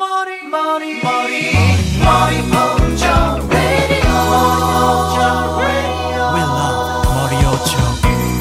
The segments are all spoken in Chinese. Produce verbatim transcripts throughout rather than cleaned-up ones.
머리 머리 머리 머리 모자 radio 모자 radio We love 머리 오죠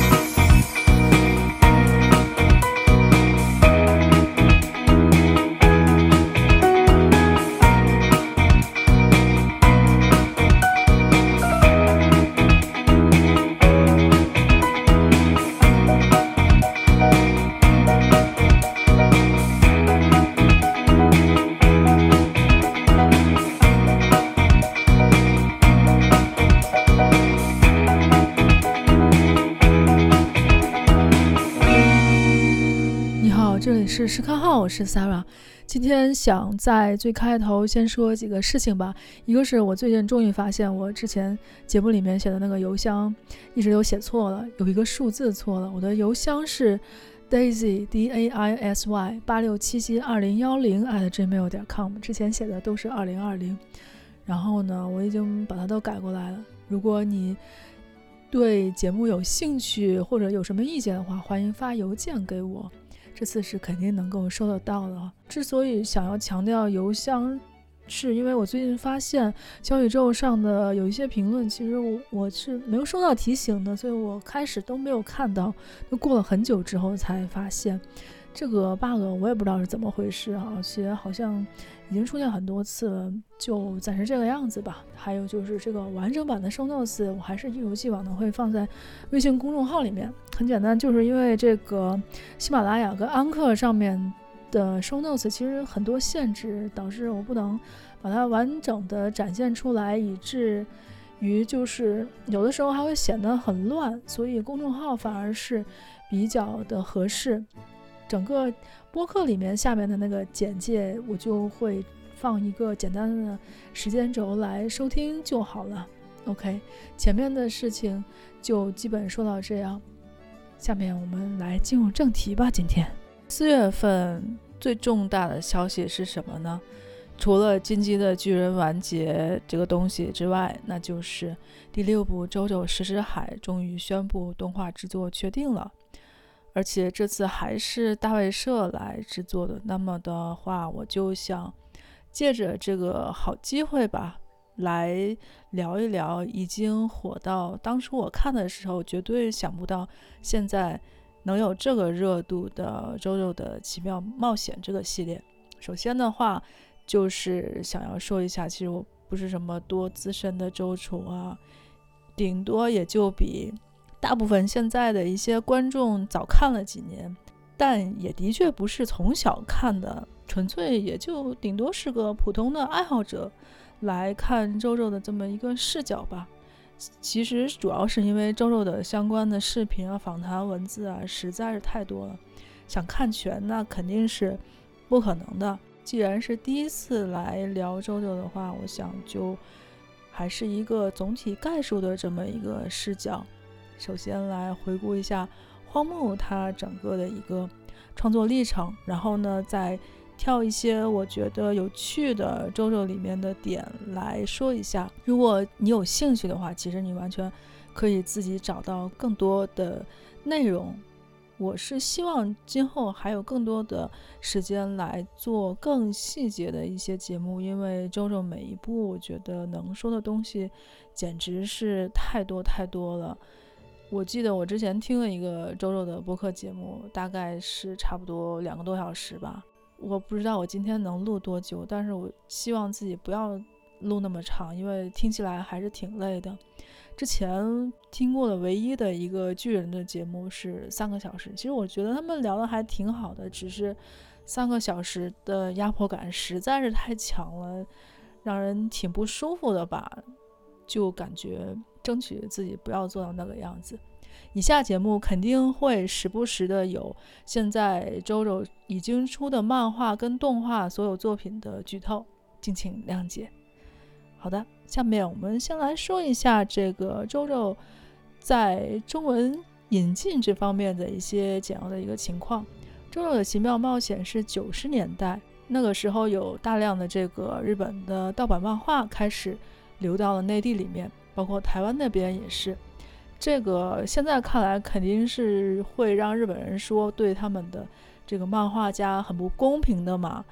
是时刻号，我是 Sarah。 今天想在最开头先说几个事情吧。一个是我最近终于发现我之前节目里面写的那个邮箱一直都写错了，有一个数字错了。我的邮箱是 daisy d a i s y 八六七七二零一零 at gmail 点 com， 之前写的都是二零二零，然后呢我已经把它都改过来了。如果你对节目有兴趣或者有什么意见的话，欢迎发邮件给我，这次是肯定能够收得到的。之所以想要强调邮箱，是因为我最近发现小宇宙上的有一些评论，其实 我, 我是没有收到提醒的，所以我开始都没有看到，都过了很久之后才发现这个 bug， 我也不知道是怎么回事啊，而且好像已经出现很多次了，就暂时这个样子吧。还有就是这个完整版的 show notes 我还是一如既往的会放在微信公众号里面。很简单，就是因为这个喜马拉雅跟安克上面的 show notes 其实很多限制，导致我不能把它完整的展现出来，以至于就是有的时候还会显得很乱，所以公众号反而是比较的合适。整个播客里面下面的那个简介我就会放一个简单的时间轴来收听就好了。 OK， 前面的事情就基本说到这样，下面我们来进入正题吧。今天四月份最重大的消息是什么呢？除了进击的巨人完结这个东西之外，那就是第六部周周石之海终于宣布动画制作确定了，而且这次还是大卫社来制作的。那么的话，我就想借着这个好机会吧，来聊一聊已经火到当初我看的时候绝对想不到现在能有这个热度的周周的奇妙冒险这个系列。首先的话就是想要说一下，其实我不是什么多资深的周厨啊，顶多也就比大部分现在的一些观众早看了几年，但也的确不是从小看的，纯粹也就顶多是个普通的爱好者来看周周的这么一个视角吧。其实主要是因为周周的相关的视频啊、访谈文字啊实在是太多了，想看全那肯定是不可能的。既然是第一次来聊周周的话，我想就还是一个总体概述的这么一个视角。首先来回顾一下荒木他整个的一个创作历程，然后呢再挑一些我觉得有趣的周周里面的点来说一下。如果你有兴趣的话，其实你完全可以自己找到更多的内容。我是希望今后还有更多的时间来做更细节的一些节目，因为周周每一部我觉得能说的东西简直是太多太多了。我记得我之前听了一个周周的播客节目，大概是差不多两个多小时吧，我不知道我今天能录多久，但是我希望自己不要录那么长，因为听起来还是挺累的。之前听过的唯一的一个巨人的节目是三个小时，其实我觉得他们聊的还挺好的，只是三个小时的压迫感实在是太强了，让人挺不舒服的吧，就感觉争取自己不要做到那个样子。以下节目肯定会时不时的有现在周周已经出的漫画跟动画所有作品的剧透，敬请谅解。好的，下面我们先来说一下这个周周在中文引进这方面的一些简要的一个情况。周周的奇妙冒险是九十年代，那个时候有大量的这个日本的盗版漫画开始流到了内地里面，包括台湾那边也是。这个现在看来肯定是会让日本人说对他们的这个漫画家很不公平的嘛，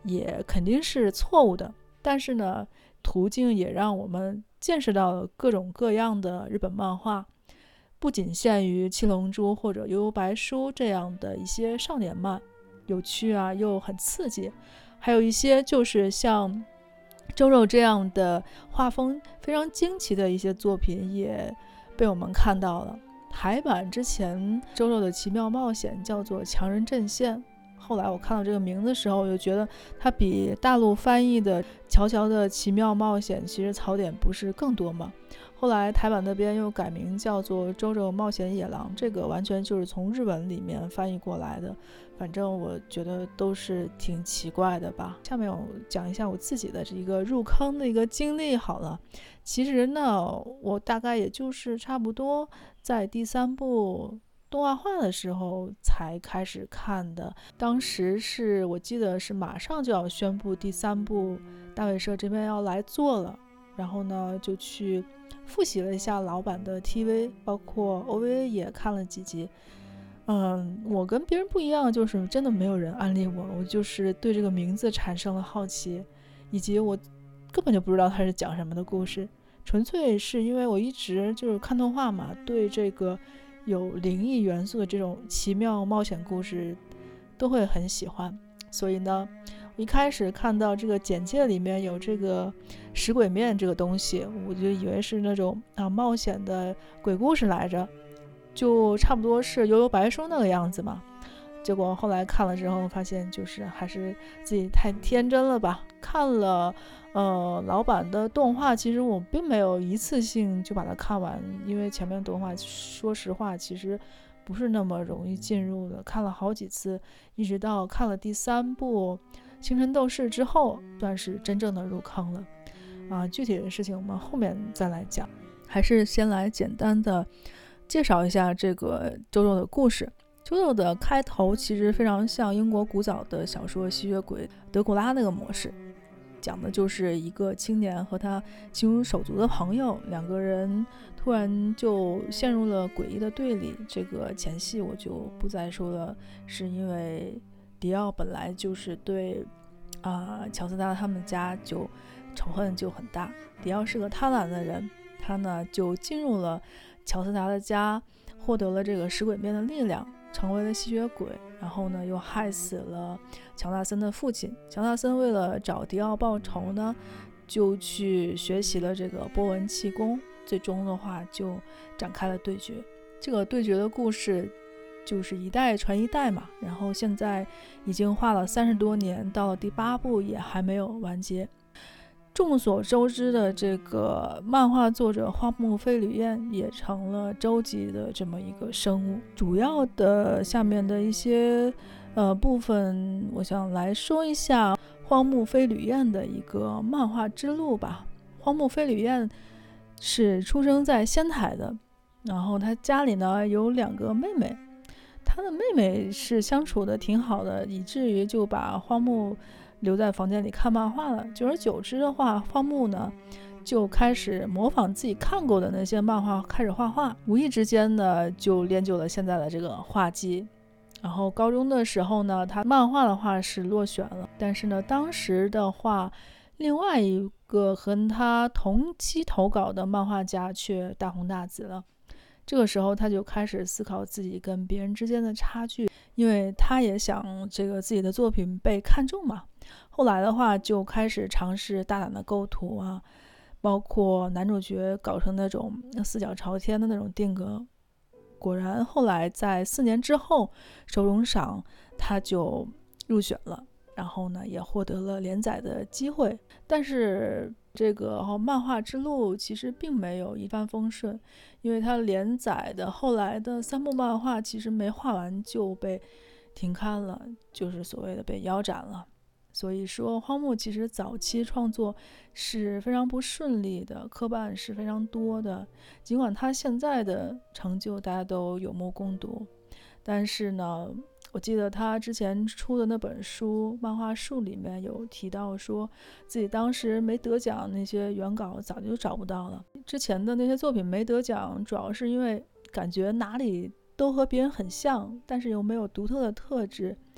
也肯定是错误的，但是呢，途径也让我们见识到了各种各样的日本漫画，不仅限于七龙珠或者悠悠白书这样的一些少年漫，有趣啊又很刺激，还有一些就是像周肉这样的画风非常惊奇的一些作品也被我们看到了。台版之前周肉的奇妙冒险叫做强人阵线，后来我看到这个名字的时候，我就觉得它比大陆翻译的乔乔的奇妙冒险其实槽点不是更多吗？后来台版那边又改名叫做周周冒险野狼，这个完全就是从日文里面翻译过来的，反正我觉得都是挺奇怪的吧。下面我讲一下我自己的这一个入坑的一个经历好了。其实呢，我大概也就是差不多在第三部动画化的时候才开始看的，当时是我记得是马上就要宣布第三部大尾社这边要来做了，然后呢就去复习了一下老版的 T V， 包括 O V A 也看了几集。嗯，我跟别人不一样，就是真的没有人安利我，我就是对这个名字产生了好奇，以及我根本就不知道它是讲什么的故事，纯粹是因为我一直就是看动画嘛，对这个有灵异元素的这种奇妙冒险故事都会很喜欢。所以呢，我一开始看到这个简介里面有这个食鬼面这个东西，我就以为是那种啊冒险的鬼故事来着，就差不多是悠悠白书那个样子嘛。结果后来看了之后发现就是还是自己太天真了吧。看了呃老版的动画，其实我并没有一次性就把它看完，因为前面动画说实话其实不是那么容易进入的，看了好几次，一直到看了第三部星辰斗士之后算是真正的入坑了啊。具体的事情我们后面再来讲，还是先来简单的介绍一下这个周周的故事。周周的开头其实非常像英国古早的小说吸血鬼德古拉那个模式，讲的就是一个青年和他情如手足的朋友，两个人突然就陷入了诡异的对立。这个前戏我就不再说了，是因为迪奥本来就是对啊、呃、乔斯达他们家就仇恨就很大，迪奥是个贪婪的人，他呢就进入了乔斯达的家，获得了这个食鬼面的力量，成为了吸血鬼，然后呢又害死了乔纳森的父亲。乔纳森为了找迪奥报仇呢，就去学习了这个波纹气功，最终的话就展开了对决。这个对决的故事就是一代传一代嘛，然后现在已经画了三十多年，到了第八部也还没有完结。众所周知的这个漫画作者荒木飞吕彦也成了周级的这么一个生物。主要的下面的一些呃部分，我想来说一下荒木飞吕彦的一个漫画之路吧。荒木飞吕彦是出生在仙台的，然后他家里呢有两个妹妹，他的妹妹是相处的挺好的，以至于就把荒木留在房间里看漫画了。久而久之的话，荒木呢就开始模仿自己看过的那些漫画开始画画，无意之间呢就练就了现在的这个画技。然后高中的时候呢，他漫画的话是落选了，但是呢当时的话另外一个和他同期投稿的漫画家却大红大紫了。这个时候他就开始思考自己跟别人之间的差距，因为他也想这个自己的作品被看中嘛。后来的话就开始尝试大胆的构图啊，包括男主角搞成那种四脚朝天的那种定格。果然后来在四年之后手冢赏他就入选了，然后呢也获得了连载的机会。但是这个漫画之路其实并没有一帆风顺，因为他连载的后来的三部漫画其实没画完就被停刊了，就是所谓的被腰斩了。所以说荒木其实早期创作是非常不顺利的，磕绊是非常多的。尽管他现在的成就大家都有目共睹，但是呢我记得他之前出的那本书漫画书里面有提到说自己当时没得奖，那些原稿早就找不到了。之前的那些作品没得奖主要是因为感觉哪里都和别人很像，但是又没有独特的特质，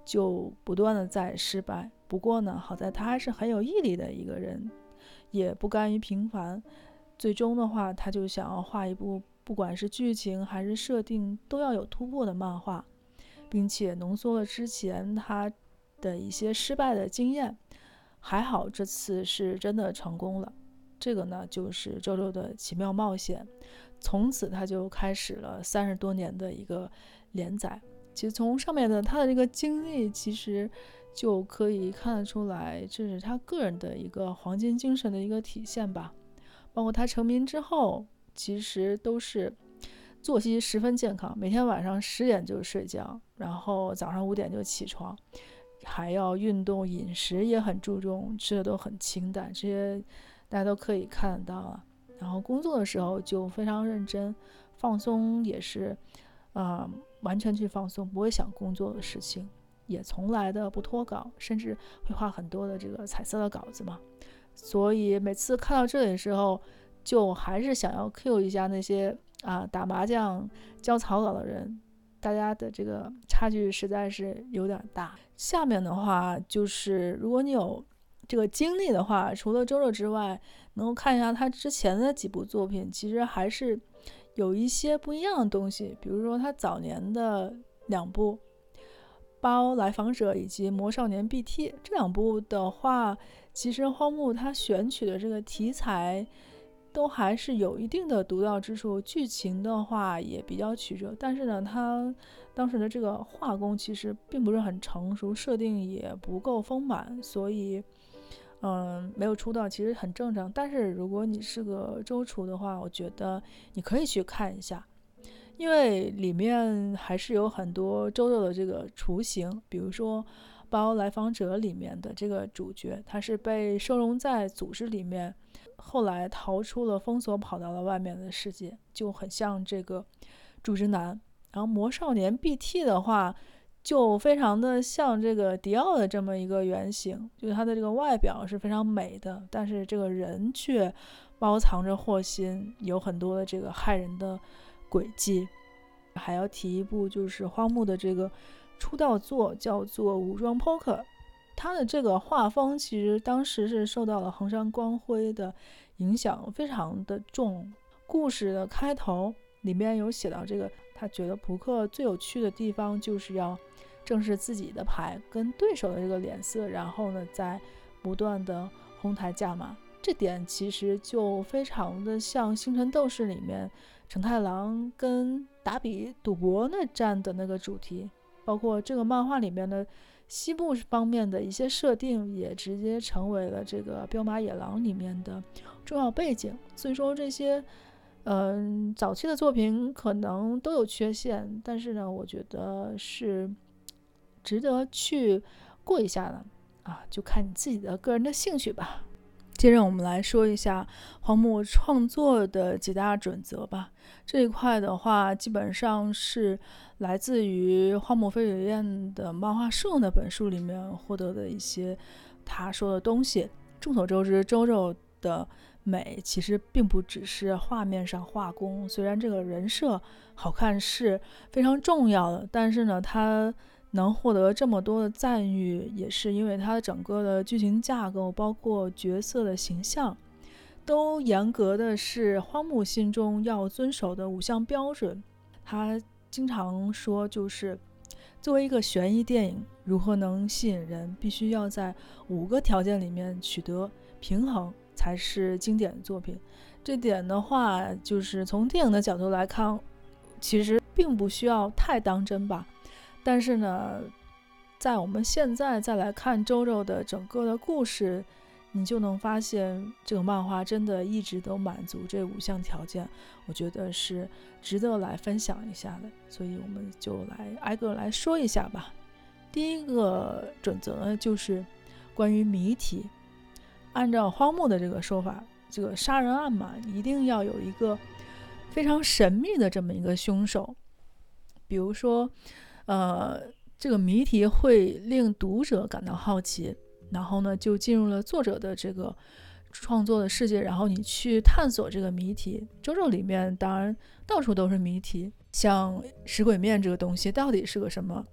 就不断的在失败。不过呢，好在他还是很有毅力的一个人，也不甘于平凡。最终的话，他就想要画一部不管是剧情还是设定都要有突破的漫画，并且浓缩了之前他的一些失败的经验。还好这次是真的成功了。这个呢，就是周周的奇妙冒险。从此他就开始了三十多年的一个连载。其实从上面的他的这个经历，其实就可以看得出来，这是他个人的一个黄金精神的一个体现吧。包括他成名之后，其实都是作息十分健康，每天晚上十点就睡觉，然后早上五点就起床，还要运动，饮食也很注重，吃的都很清淡，这些大家都可以看得到啊。然后工作的时候就非常认真，放松也是呃，完全去放松，不会想工作的事情，也从来的不脱稿，甚至会画很多的这个彩色的稿子嘛。所以每次看到这里的时候，就还是想要 cue 一下那些啊打麻将交草稿的人，大家的这个差距实在是有点大。下面的话就是如果你有这个经历的话，除了周周之外，能够看一下他之前的几部作品，其实还是有一些不一样的东西。比如说他早年的两部包来访者以及魔少年 B T 这两部的话，其实荒木他选取的这个题材都还是有一定的独到之处，剧情的话也比较曲折，但是呢他当时的这个画工其实并不是很成熟，设定也不够丰满，所以嗯，没有出道其实很正常。但是如果你是个周厨的话，我觉得你可以去看一下，因为里面还是有很多周周的这个雏形。比如说包来访者里面的这个主角，他是被收容在组织里面，后来逃出了封锁，跑到了外面的世界，就很像这个主之男。然后魔少年 B T 的话就非常的像这个迪奥的这么一个原型，就是他的这个外表是非常美的，但是这个人却包藏着祸心，有很多的这个害人的轨迹。还要提一部就是荒木的这个出道作，叫做武装 Poker。 他的这个画风其实当时是受到了横山光辉的影响非常的重。故事的开头里面有写到这个，他觉得扑克最有趣的地方就是要正视自己的牌跟对手的这个脸色，然后呢再不断的哄抬价码。这点其实就非常的像星辰斗士里面承太郎跟达比赌博那战的那个主题，包括这个漫画里面的西部方面的一些设定也直接成为了这个彪马野狼里面的重要背景。所以说这些嗯、呃，早期的作品可能都有缺陷，但是呢我觉得是值得去过一下的啊，就看你自己的个人的兴趣吧。接着我们来说一下荒木创作的几大准则吧。这一块的话基本上是来自于荒木飞吕彦的漫画树那本书里面获得的一些他说的东西。众所周知，周周的美其实并不只是画面上画工，虽然这个人设好看是非常重要的，但是呢他能获得这么多的赞誉，也是因为它整个的剧情架构，包括角色的形象，都严格的是荒木心中要遵守的五项标准。他经常说，就是作为一个悬疑电影，如何能吸引人，必须要在五个条件里面取得平衡，才是经典作品。这点的话，就是从电影的角度来看，其实并不需要太当真吧。但是呢，在我们现在再来看周周的整个的故事，你就能发现这个漫画真的一直都满足这五项条件，我觉得是值得来分享一下的。所以我们就来挨个来说一下吧。第一个准则呢，就是关于谜题。按照荒木的这个说法，这个杀人案嘛，一定要有一个非常神秘的这么一个凶手。比如说呃，这个谜题会令读者感到好奇，然后呢就进入了作者的这个创作的世界，然后你去探索这个谜题。周周里面当然到处都是谜题，像食鬼面这个东西到底是个什么，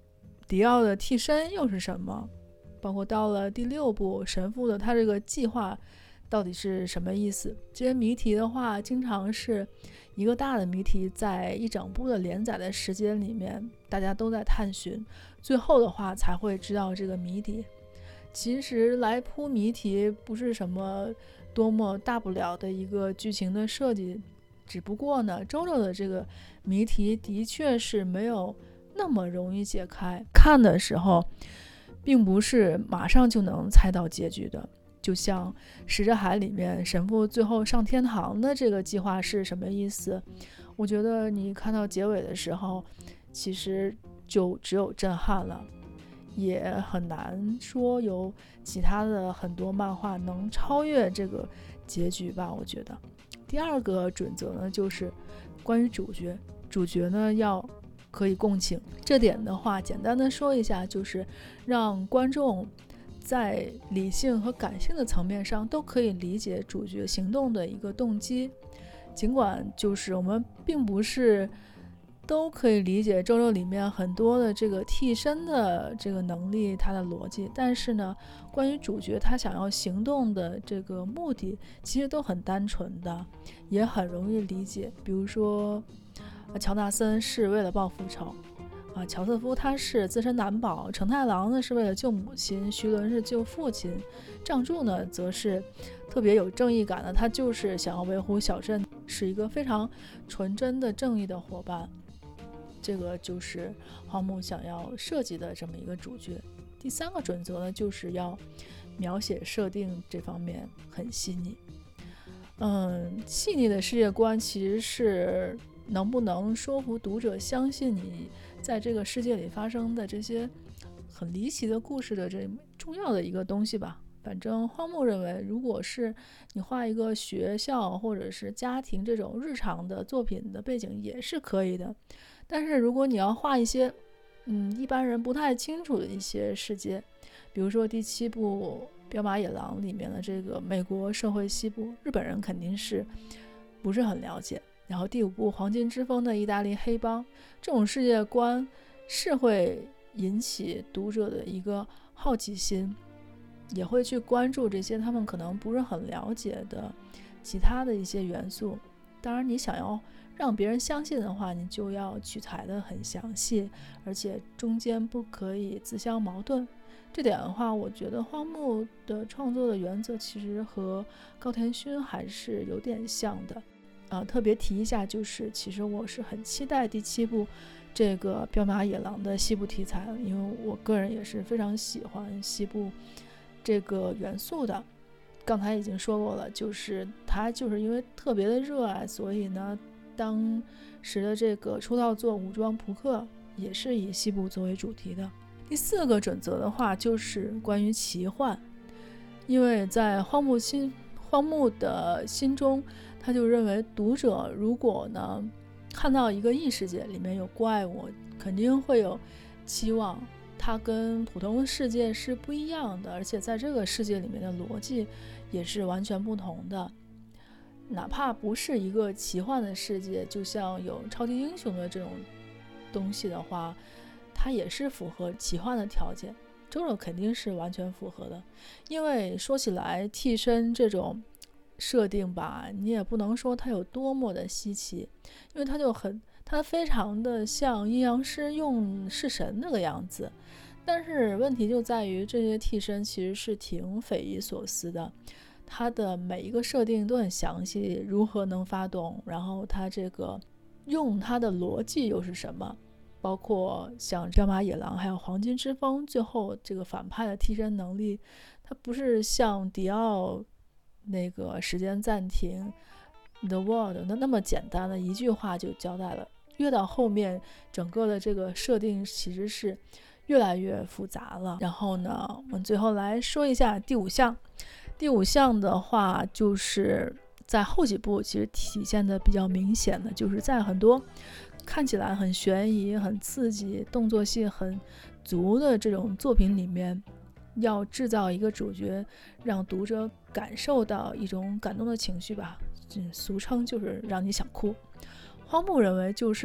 迪奥的替身又是什么，包括到了第六部神父的他这个计划到底是什么意思。这些谜题的话经常是一个大的谜题，在一整部的连载的时间里面大家都在探寻，最后的话才会知道这个谜底。其实来铺谜题不是什么多么大不了的一个剧情的设计，只不过呢周周的这个谜题的确是没有那么容易解开，看的时候并不是马上就能猜到结局的。就像石之海里面神父最后上天堂的这个计划是什么意思，我觉得你看到结尾的时候其实就只有震撼了，也很难说有其他的很多漫画能超越这个结局吧。我觉得第二个准则呢就是关于主角，主角呢要可以共情，这点的话简单的说一下，就是让观众在理性和感性的层面上都可以理解主角行动的一个动机。尽管就是我们并不是都可以理解周周里面很多的这个替身的这个能力它的逻辑，但是呢关于主角他想要行动的这个目的其实都很单纯的，也很容易理解。比如说乔纳森是为了报复仇啊，乔瑟夫他是自身难保，成太郎呢是为了救母亲，徐伦是救父亲，仗助呢则是特别有正义感的，他就是想要维护小镇，是一个非常纯真的正义的伙伴。这个就是荒木想要设计的这么一个主角。第三个准则呢，就是要描写设定这方面很细腻。嗯，细腻的世界观其实是能不能说服读者相信你在这个世界里发生的这些很离奇的故事的这重要的一个东西吧。反正荒木认为，如果是你画一个学校或者是家庭这种日常的作品的背景也是可以的，但是如果你要画一些嗯一般人不太清楚的一些世界，比如说第七部彪马野狼里面的这个美国社会西部，日本人肯定是不是很了解，然后第五部黄金之风的意大利黑帮，这种世界观是会引起读者的一个好奇心，也会去关注这些他们可能不是很了解的其他的一些元素。当然你想要让别人相信的话，你就要取材的很详细，而且中间不可以自相矛盾。这点的话，我觉得荒木的创作的原则其实和高田勋还是有点像的。呃，特别提一下，就是其实我是很期待第七部这个彪马野狼的西部题材，因为我个人也是非常喜欢西部这个元素的。刚才已经说过了，就是他就是因为特别的热爱，所以呢当时的这个出道作武装扑克也是以西部作为主题的。第四个准则的话就是关于奇幻，因为在荒木心荒木的心中，他就认为读者如果呢看到一个异世界里面有怪物，肯定会有期望它跟普通的世界是不一样的，而且在这个世界里面的逻辑也是完全不同的。哪怕不是一个奇幻的世界，就像有超级英雄的这种东西的话，它也是符合奇幻的条件。周周肯定是完全符合的，因为说起来替身这种设定吧，你也不能说它有多么的稀奇，因为它就很它非常的像阴阳师用式神那个样子。但是问题就在于这些替身其实是挺匪夷所思的，它的每一个设定都很详细，如何能发动，然后它这个用它的逻辑又是什么，包括像彪马野狼还有黄金之风最后这个反派的替身能力，它不是像迪奥那个时间暂停 The World 那那么简单的一句话就交代了，越到后面整个的这个设定其实是越来越复杂了。然后呢我们最后来说一下第五项。第五项的话就是在后几部其实体现的比较明显的，就是在很多看起来很悬疑很刺激动作戏很足的这种作品里面，要制造一个主角让读者感受到一种感动的情绪吧，俗称就是让你想哭。荒木认为就是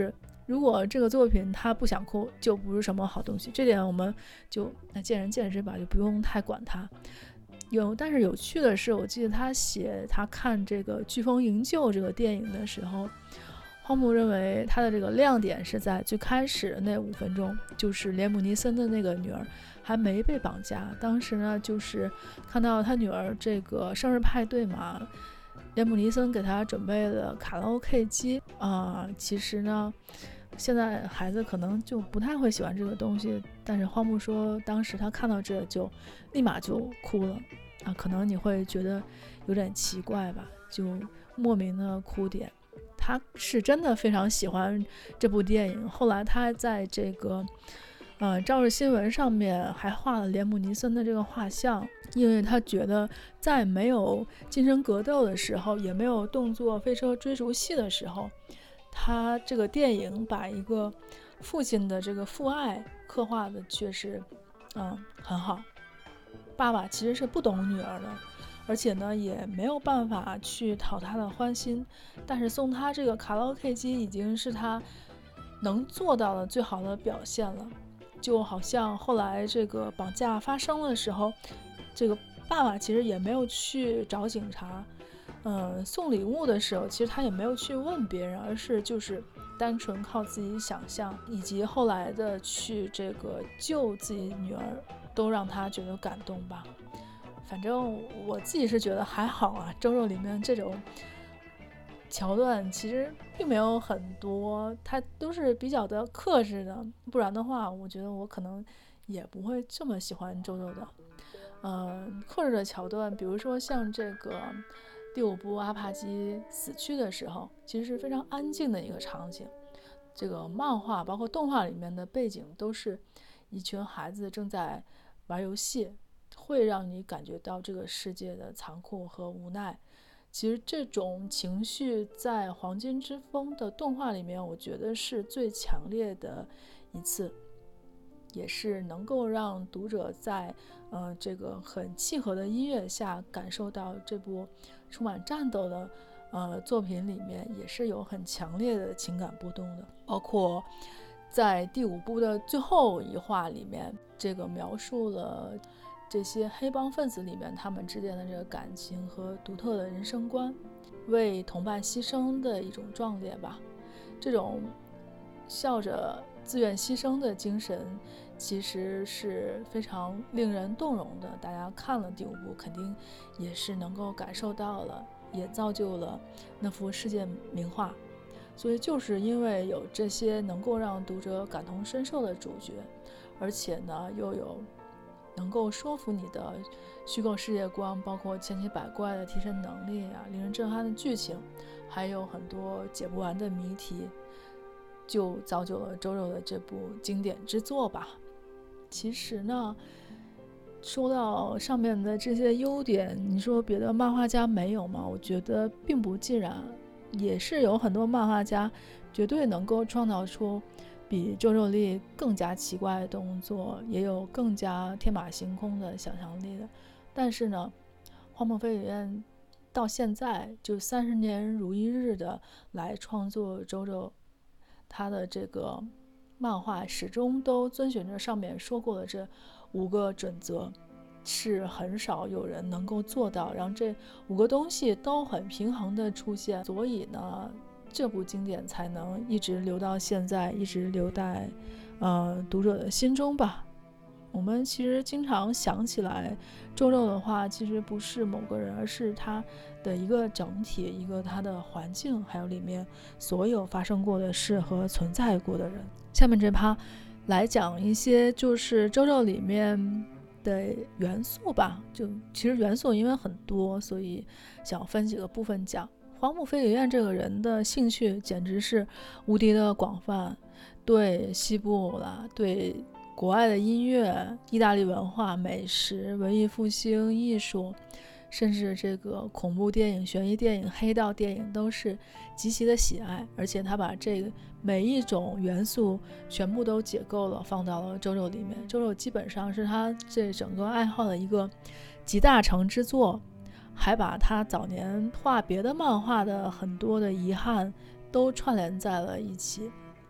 如果这个作品他不想哭，就不是什么好东西。这点我们就那见仁见智吧，就不用太管他。有，但是有趣的是，我记得他写他看这个《飓风营救》这个电影的时候，荒木认为他的这个亮点是在最开始的那五分钟，就是连姆尼森的那个女儿还没被绑架。当时呢，就是看到他女儿这个生日派对嘛，连姆尼森给他准备了卡拉 OK 机啊、呃。其实呢，现在孩子可能就不太会喜欢这个东西，但是荒木说，当时他看到这就立马就哭了啊。可能你会觉得有点奇怪吧，就莫名的哭点。他是真的非常喜欢这部电影，后来他在这个呃朝日新闻上面还画了连姆尼森的这个画像，因为他觉得在没有近身格斗的时候，也没有动作飞车追逐戏的时候，他这个电影把一个父亲的这个父爱刻画的确实嗯很好。爸爸其实是不懂女儿的，而且呢也没有办法去讨她的欢心，但是送她这个卡拉 OK 机已经是他能做到的最好的表现了。就好像后来这个绑架发生的时候，这个爸爸其实也没有去找警察，嗯，送礼物的时候其实他也没有去问别人，而是就是单纯靠自己想象，以及后来的去这个救自己女儿，都让他觉得感动吧。反正我自己是觉得还好啊，周肉里面这种桥段其实并没有很多，它都是比较的克制的，不然的话我觉得我可能也不会这么喜欢周肉的。呃，克制的桥段，比如说像这个第五部阿帕基死去的时候，其实是非常安静的一个场景。这个漫画包括动画里面的背景都是一群孩子正在玩游戏，会让你感觉到这个世界的残酷和无奈。其实这种情绪在《黄金之风》的动画里面，我觉得是最强烈的一次，也是能够让读者在呃这个很契合的音乐下感受到这部充满战斗的呃作品里面也是有很强烈的情感波动的。包括在第五部的最后一话里面，这个描述了这些黑帮分子里面他们之间的这个感情和独特的人生观，为同伴牺牲的一种壮烈吧。这种笑着自愿牺牲的精神其实是非常令人动容的，大家看了第五部肯定也是能够感受到了，也造就了那幅世界名画。所以就是因为有这些能够让读者感同身受的主角，而且呢又有能够说服你的虚构世界观，包括千奇百怪的替身能力啊，令人震撼的剧情，还有很多解不完的谜题，就造就了周肉的这部经典之作吧。其实呢，说到上面的这些优点，你说别的漫画家没有吗？我觉得并不尽然，也是有很多漫画家绝对能够创造出比周肉力更加奇怪的动作，也有更加天马行空的想象力的。但是呢，荒木飞吕彦到现在就三十年如一日的来创作周肉，他的这个漫画始终都遵循着上面说过的这五个准则，是很少有人能够做到让这五个东西都很平衡的出现。所以呢，这部经典才能一直留到现在，一直留在呃读者的心中吧。我们其实经常想起来周肉的话，其实不是某个人，而是他的一个整体，一个他的环境，还有里面所有发生过的事和存在过的人。下面这趴来讲一些就是周肉里面的元素吧，就其实元素因为很多，所以想分几个部分讲。荒木飞吕彦这个人的兴趣简直是无敌的广泛，对西部啦，对国外的音乐、意大利文化、美食、文艺复兴、艺术，甚至这个恐怖电影、悬疑电影、黑道电影都是极其的喜爱。而且他把这个每一种元素全部都解构了，放到了周肉里面。周肉基本上是他这整个爱好的一个集大成之作，还把他早年画别的漫画的很多的遗憾都串联在了一起。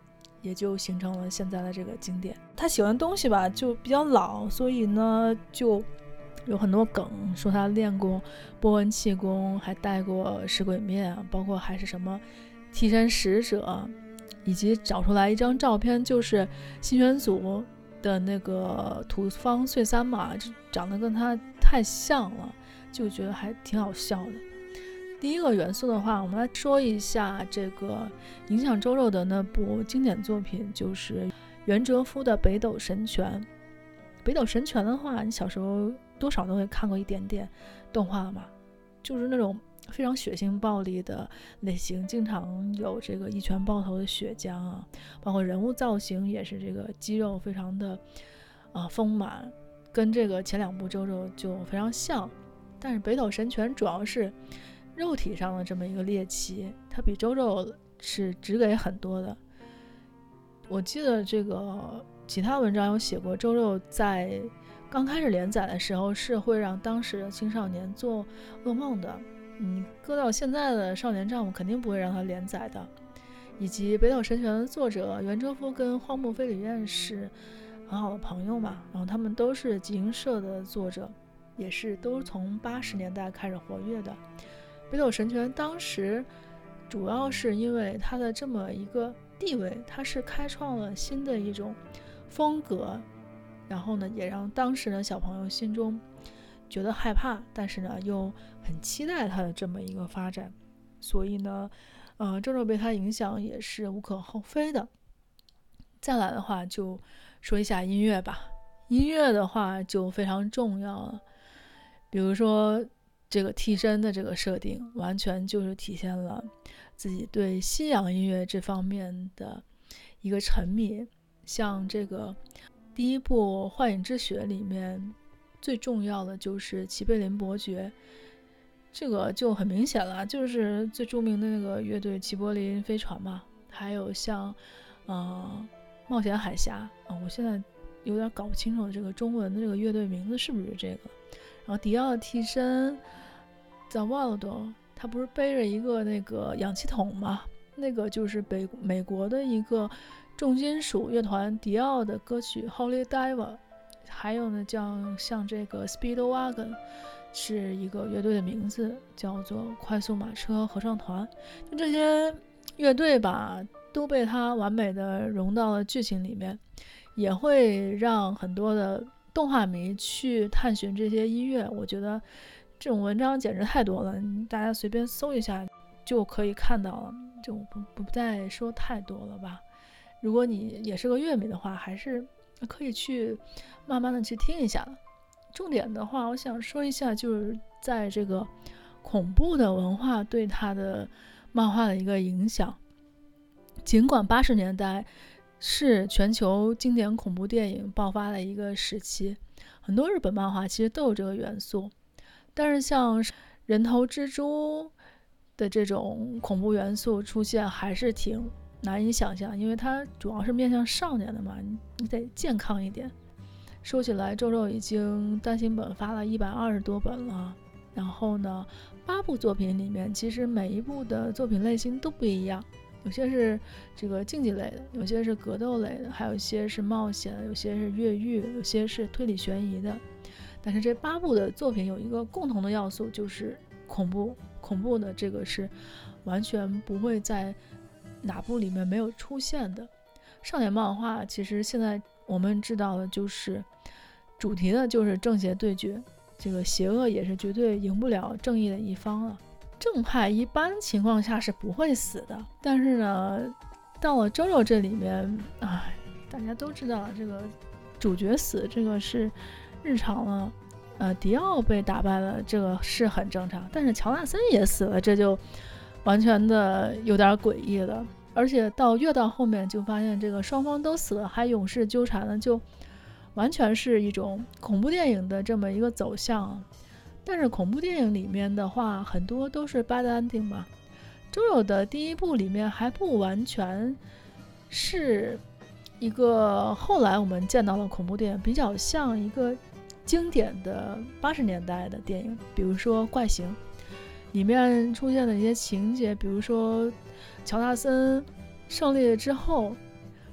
也就形成了现在的这个经典。他喜欢的东西吧就比较老，所以呢就有很多梗，说他练过波纹气功，还带过食鬼面，包括还是什么替身使者，以及找出来一张照片，就是新选组的那个土方岁三嘛，长得跟他太像了，就觉得还挺好笑的。第一个元素的话，我们来说一下这个影响周肉的那部经典作品，就是袁哲夫的《北斗神拳》。北斗神拳的话，你小时候多少都会看过一点点动画嘛，就是那种非常血腥暴力的类型，经常有这个一拳爆头的血浆啊，包括人物造型也是这个肌肉非常的啊、呃、丰满，跟这个前两部周肉就非常像。但是北斗神拳主要是肉体上的这么一个猎奇，它比周肉是只给很多的。我记得这个其他文章有写过，周肉在刚开始连载的时候是会让当时的青少年做噩梦的，你搁到现在的少年战，我肯定不会让它连载的。以及北斗神拳的作者袁哲夫跟荒木飞吕彦是很好的朋友嘛，然后他们都是集英社的作者，也是都从八十年代开始活跃的。北斗神拳当时主要是因为它的这么一个地位，它是开创了新的一种风格，然后呢也让当时的小朋友心中觉得害怕，但是呢又很期待它的这么一个发展，所以呢呃，周肉被它影响也是无可厚非的。再来的话就说一下音乐吧，音乐的话就非常重要了，比如说这个替身的这个设定完全就是体现了自己对西洋音乐这方面的一个沉迷。像这个第一部《幻影之血》里面最重要的就是齐贝林伯爵，这个就很明显了，就是最著名的那个乐队齐柏林飞船嘛，还有像呃冒险海峡、呃、我现在有点搞不清楚这个中文的这个乐队名字是不是这个。然后迪奥的替身 Zawaldo， 他不是背着一个那个氧气筒吗？那个就是北美国的一个重金属乐团迪奥的歌曲 Holy Diver。 还有呢叫像这个 Speedwagon 是一个乐队的名字，叫做快速马车合唱团。就这些乐队吧都被他完美的融到了剧情里面，也会让很多的动画迷去探寻这些音乐。我觉得这种文章简直太多了，大家随便搜一下就可以看到了，就不不再说太多了吧。如果你也是个乐迷的话，还是可以去慢慢的去听一下的。重点的话我想说一下，就是在这个恐怖的文化对它的漫画的一个影响。尽管八十年代是全球经典恐怖电影爆发的一个时期，很多日本漫画其实都有这个元素，但是像人头蜘蛛的这种恐怖元素出现还是挺难以想象，因为它主要是面向少年的嘛，你得健康一点。说起来周肉已经单行本发了一百二十多本了，然后呢八部作品里面其实每一部的作品类型都不一样，有些是这个竞技类的，有些是格斗类的，还有一些是冒险的，有些是越狱，有些是推理悬疑的。但是这八部的作品有一个共同的要素，就是恐怖。恐怖的这个是完全不会在哪部里面没有出现的。少年漫画其实现在我们知道的就是主题的就是正邪对决，这个邪恶也是绝对赢不了正义的一方了。正派一般情况下是不会死的，但是呢到了周肉这里面，哎，大家都知道这个主角死这个是日常了，呃，迪奥被打败了这个是很正常，但是乔纳森也死了，这就完全的有点诡异了。而且到越到后面就发现这个双方都死了还永世纠缠了，就完全是一种恐怖电影的这么一个走向。但是恐怖电影里面的话很多都是 bad ending 嘛，周肉的第一部里面还不完全是一个后来我们见到的恐怖电影，比较像一个经典的八十年代的电影，比如说怪形里面出现的一些情节，比如说乔纳森胜利了之后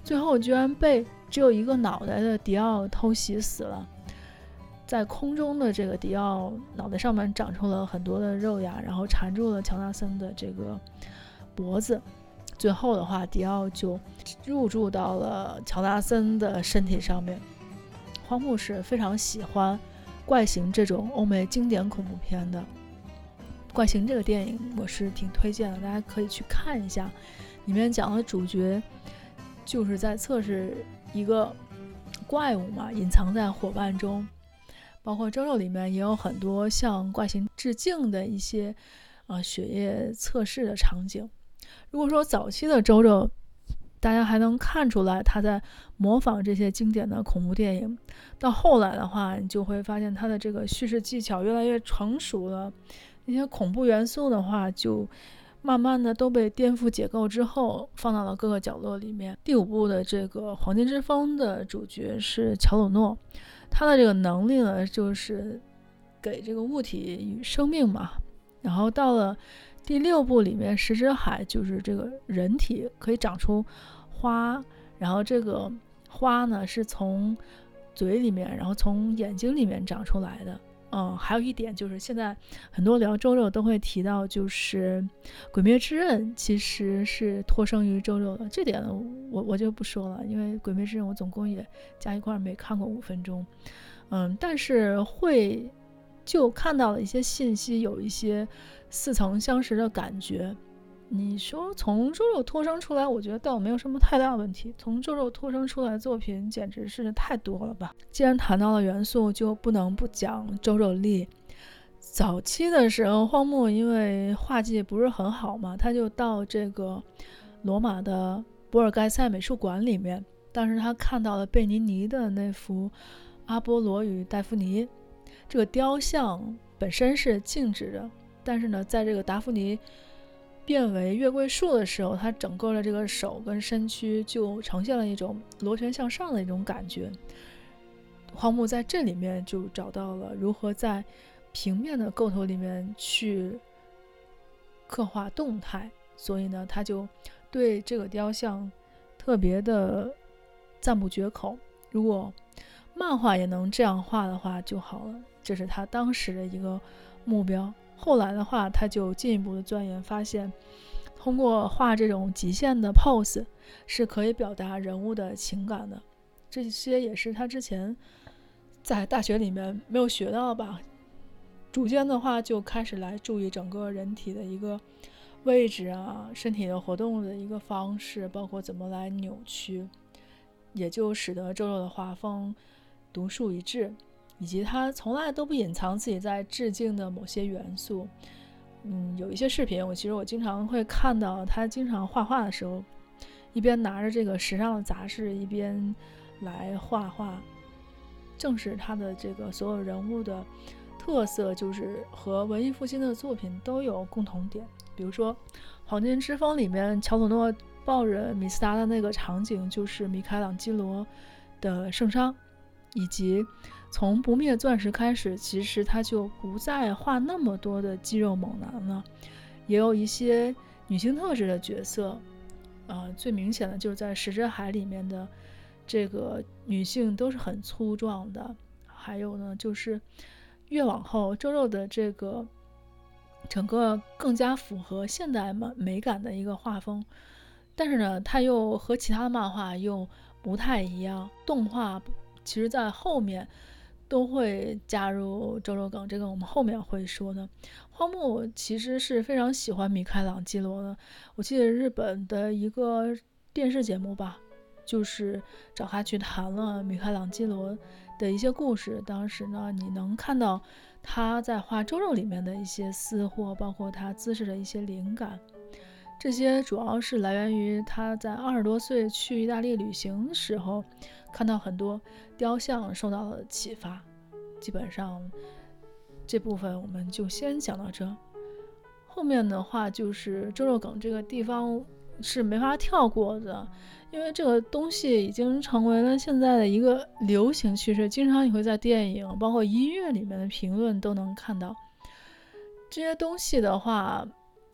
最后居然被只有一个脑袋的迪奥偷袭死了。在空中的这个迪奥脑袋上面长出了很多的肉芽，然后缠住了乔纳森的这个脖子。最后的话，迪奥就入住到了乔纳森的身体上面。荒木是非常喜欢怪形这种欧美经典恐怖片的。怪形这个电影我是挺推荐的，大家可以去看一下。里面讲的主角就是在测试一个怪物嘛，隐藏在伙伴中。包括周周里面也有很多向怪形致敬的一些呃血液测试的场景。如果说早期的周周大家还能看出来他在模仿这些经典的恐怖电影，到后来的话你就会发现他的这个叙事技巧越来越成熟了，那些恐怖元素的话就慢慢的都被颠覆解构之后放到了各个角落里面。第五部的这个黄金之风的主角是乔鲁诺，他的这个能力呢就是给这个物体与生命嘛。然后到了第六部里面，石之海就是这个人体可以长出花，然后这个花呢是从嘴里面然后从眼睛里面长出来的。嗯，还有一点就是现在很多聊周周都会提到，就是鬼灭之刃其实是托生于周周的，这点呢我我就不说了，因为鬼灭之刃我总共也加一块没看过五分钟。嗯，但是会就看到了一些信息，有一些似曾相识的感觉。你说从周周托生出来，我觉得倒没有什么太大问题，从周周托生出来的作品简直是太多了吧。既然谈到了元素，就不能不讲周周丽。早期的时候荒木因为画技不是很好嘛，他就到这个罗马的博尔盖塞美术馆里面，当时他看到了贝尼尼的那幅阿波罗与戴芙妮，这个雕像本身是静止的，但是呢在这个达芙妮变为月桂树的时候，它整个的这个手跟身躯就呈现了一种螺旋向上的一种感觉。荒木在这里面就找到了如何在平面的构图里面去刻画动态，所以呢他就对这个雕像特别的赞不绝口，如果漫画也能这样画的话就好了，这是他当时的一个目标。后来的话他就进一步的钻研，发现通过画这种极限的 pose 是可以表达人物的情感的，这些也是他之前在大学里面没有学到吧。逐渐的话就开始来注意整个人体的一个位置啊，身体的活动的一个方式，包括怎么来扭曲，也就使得周周的画风独树一帜，以及他从来都不隐藏自己在致敬的某些元素。嗯，有一些视频我其实我经常会看到他经常画画的时候一边拿着这个时尚的杂志一边来画画，正是他的这个所有人物的特色就是和文艺复兴的作品都有共同点。比如说黄金之风里面乔佐诺抱着米斯达的那个场景就是米开朗基罗的圣殇，以及从不灭钻石开始其实他就不再画那么多的肌肉猛男了，也有一些女性特质的角色。呃，最明显的就是在石之海里面的这个女性都是很粗壮的，还有呢就是越往后周周的这个整个更加符合现代美感的一个画风，但是呢它又和其他的漫画又不太一样，动画其实在后面都会加入周周梗，这个我们后面会说的。荒木其实是非常喜欢米开朗基罗的，我记得日本的一个电视节目吧，就是找他去谈了米开朗基罗的一些故事。当时呢你能看到他在画周周里面的一些私货，包括他姿势的一些灵感，这些主要是来源于他在二十多岁去意大利旅行的时候看到很多雕像受到了启发。基本上这部分我们就先讲到这，后面的话就是周周梗这个地方是没法跳过的，因为这个东西已经成为了现在的一个流行趋势，经常你会在电影包括音乐里面的评论都能看到这些东西的话。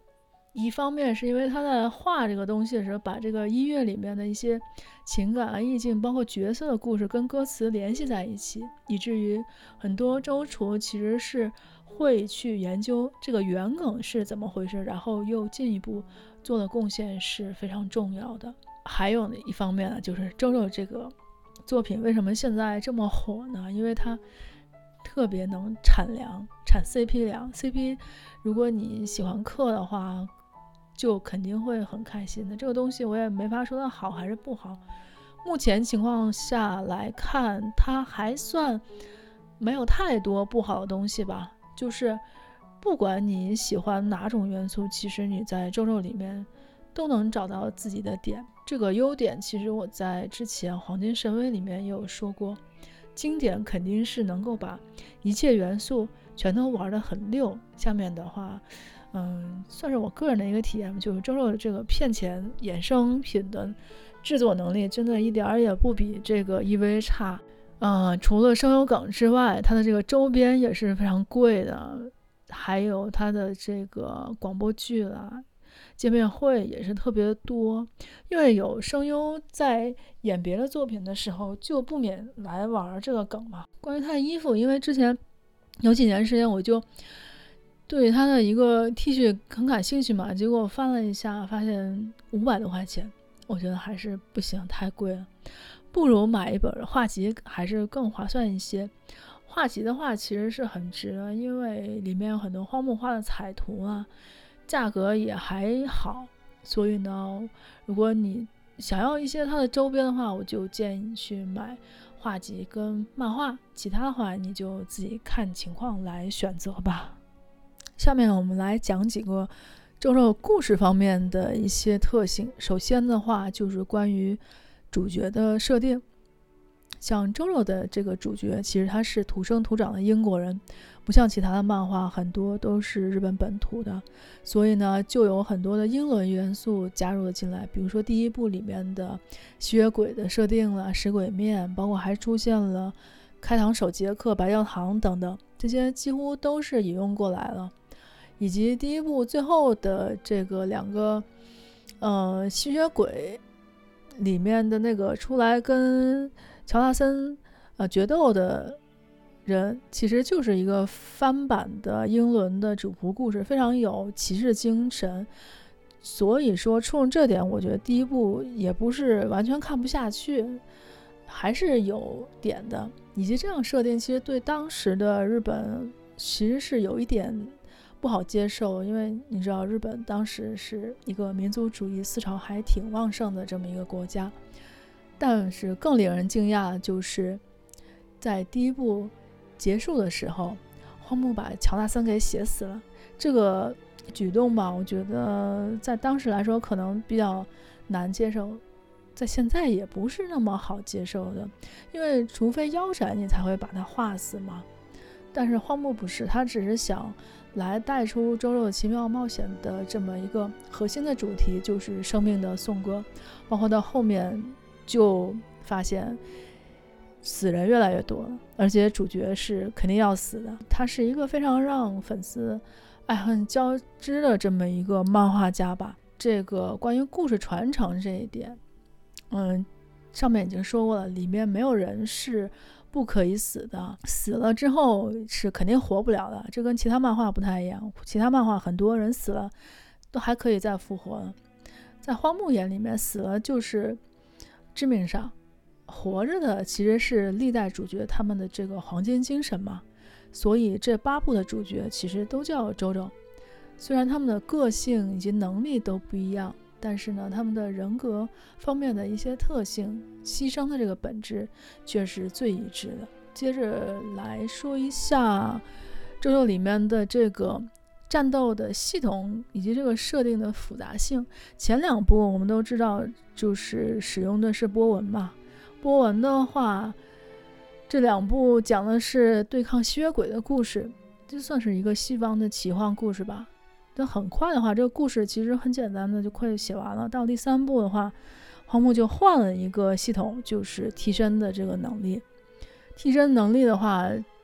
一方面是因为他在画这个东西的时候，把这个音乐里面的一些情感啊、意境，包括角色的故事跟歌词联系在一起，以至于很多周厨其实是会去研究这个原梗是怎么回事，然后又进一步做的贡献是非常重要的。还有一方面呢，就是周周这个作品为什么现在这么火呢？因为它特别能产粮，产 C P 粮。C P 如果你喜欢嗑的话，就肯定会很开心的。这个东西我也没法说它好还是不好，目前情况下来看，它还算没有太多不好的东西吧。就是不管你喜欢哪种元素，其实你在周周里面都能找到自己的点。这个优点其实我在之前黄金神威里面也有说过，经典肯定是能够把一切元素全都玩得很溜。下面的话嗯，算是我个人的一个体验，就是周周的这个骗钱衍生品的制作能力真的一点也不比这个 E V 差。呃，除了声优梗之外，它的这个周边也是非常贵的，还有它的这个广播剧啦、见面会也是特别多。因为有声优在演别的作品的时候，就不免来玩这个梗嘛。关于他的衣服，因为之前有几年时间我就对他的一个 T 恤很感兴趣嘛，结果翻了一下，发现五百多块钱，我觉得还是不行，太贵了，不如买一本画集还是更划算一些。画集的话其实是很值的，因为里面有很多荒木花的彩图啊，价格也还好，所以呢，如果你想要一些它的周边的话，我就建议你去买画集跟漫画，其他的话你就自己看情况来选择吧。下面我们来讲几个周周故事方面的一些特性。首先的话就是关于主角的设定，像周周的这个主角其实他是土生土长的英国人，不像其他的漫画很多都是日本本土的，所以呢就有很多的英伦元素加入了进来，比如说第一部里面的吸血鬼的设定了，食鬼面，包括还出现了开膛手杰克、白教堂等等，这些几乎都是引用过来了。以及第一部最后的这个两个呃吸血鬼里面的那个出来跟乔纳森呃决斗的人，其实就是一个翻版的英伦的主仆故事，非常有骑士精神。所以说冲着这点，我觉得第一部也不是完全看不下去，还是有点的。以及这样设定其实对当时的日本其实是有一点不好接受，因为你知道日本当时是一个民族主义思潮还挺旺盛的这么一个国家。但是更令人惊讶的就是在第一部结束的时候，荒木把乔纳森给写死了。这个举动吧，我觉得在当时来说可能比较难接受，在现在也不是那么好接受的，因为除非腰斩你才会把他画死嘛。但是荒木不是，他只是想来带出周周的奇妙冒险的这么一个核心的主题，就是生命的颂歌。包括到后面就发现死人越来越多了，而且主角是肯定要死的。他是一个非常让粉丝爱恨交织的这么一个漫画家吧。这个关于故事传承这一点，嗯，上面已经说过了，里面没有人是不可以死的，死了之后是肯定活不了的，这跟其他漫画不太一样。其他漫画很多人死了都还可以再复活的，在荒木眼里面死了就是致命伤，活着的其实是历代主角他们的这个黄金精神嘛。所以这八部的主角其实都叫周周，虽然他们的个性以及能力都不一样，但是呢他们的人格方面的一些特性，牺牲的这个本质却是最一致的。接着来说一下周周里面的这个战斗的系统以及这个设定的复杂性。前两部我们都知道就是使用的是波纹嘛，波纹的话这两部讲的是对抗吸血鬼的故事，这算是一个西方的奇幻故事吧。但很快的话这个故事其实很简单的就快写完了。到第三部的话，荒木就换了一个系统，就是替身的这个能力。替身能力的话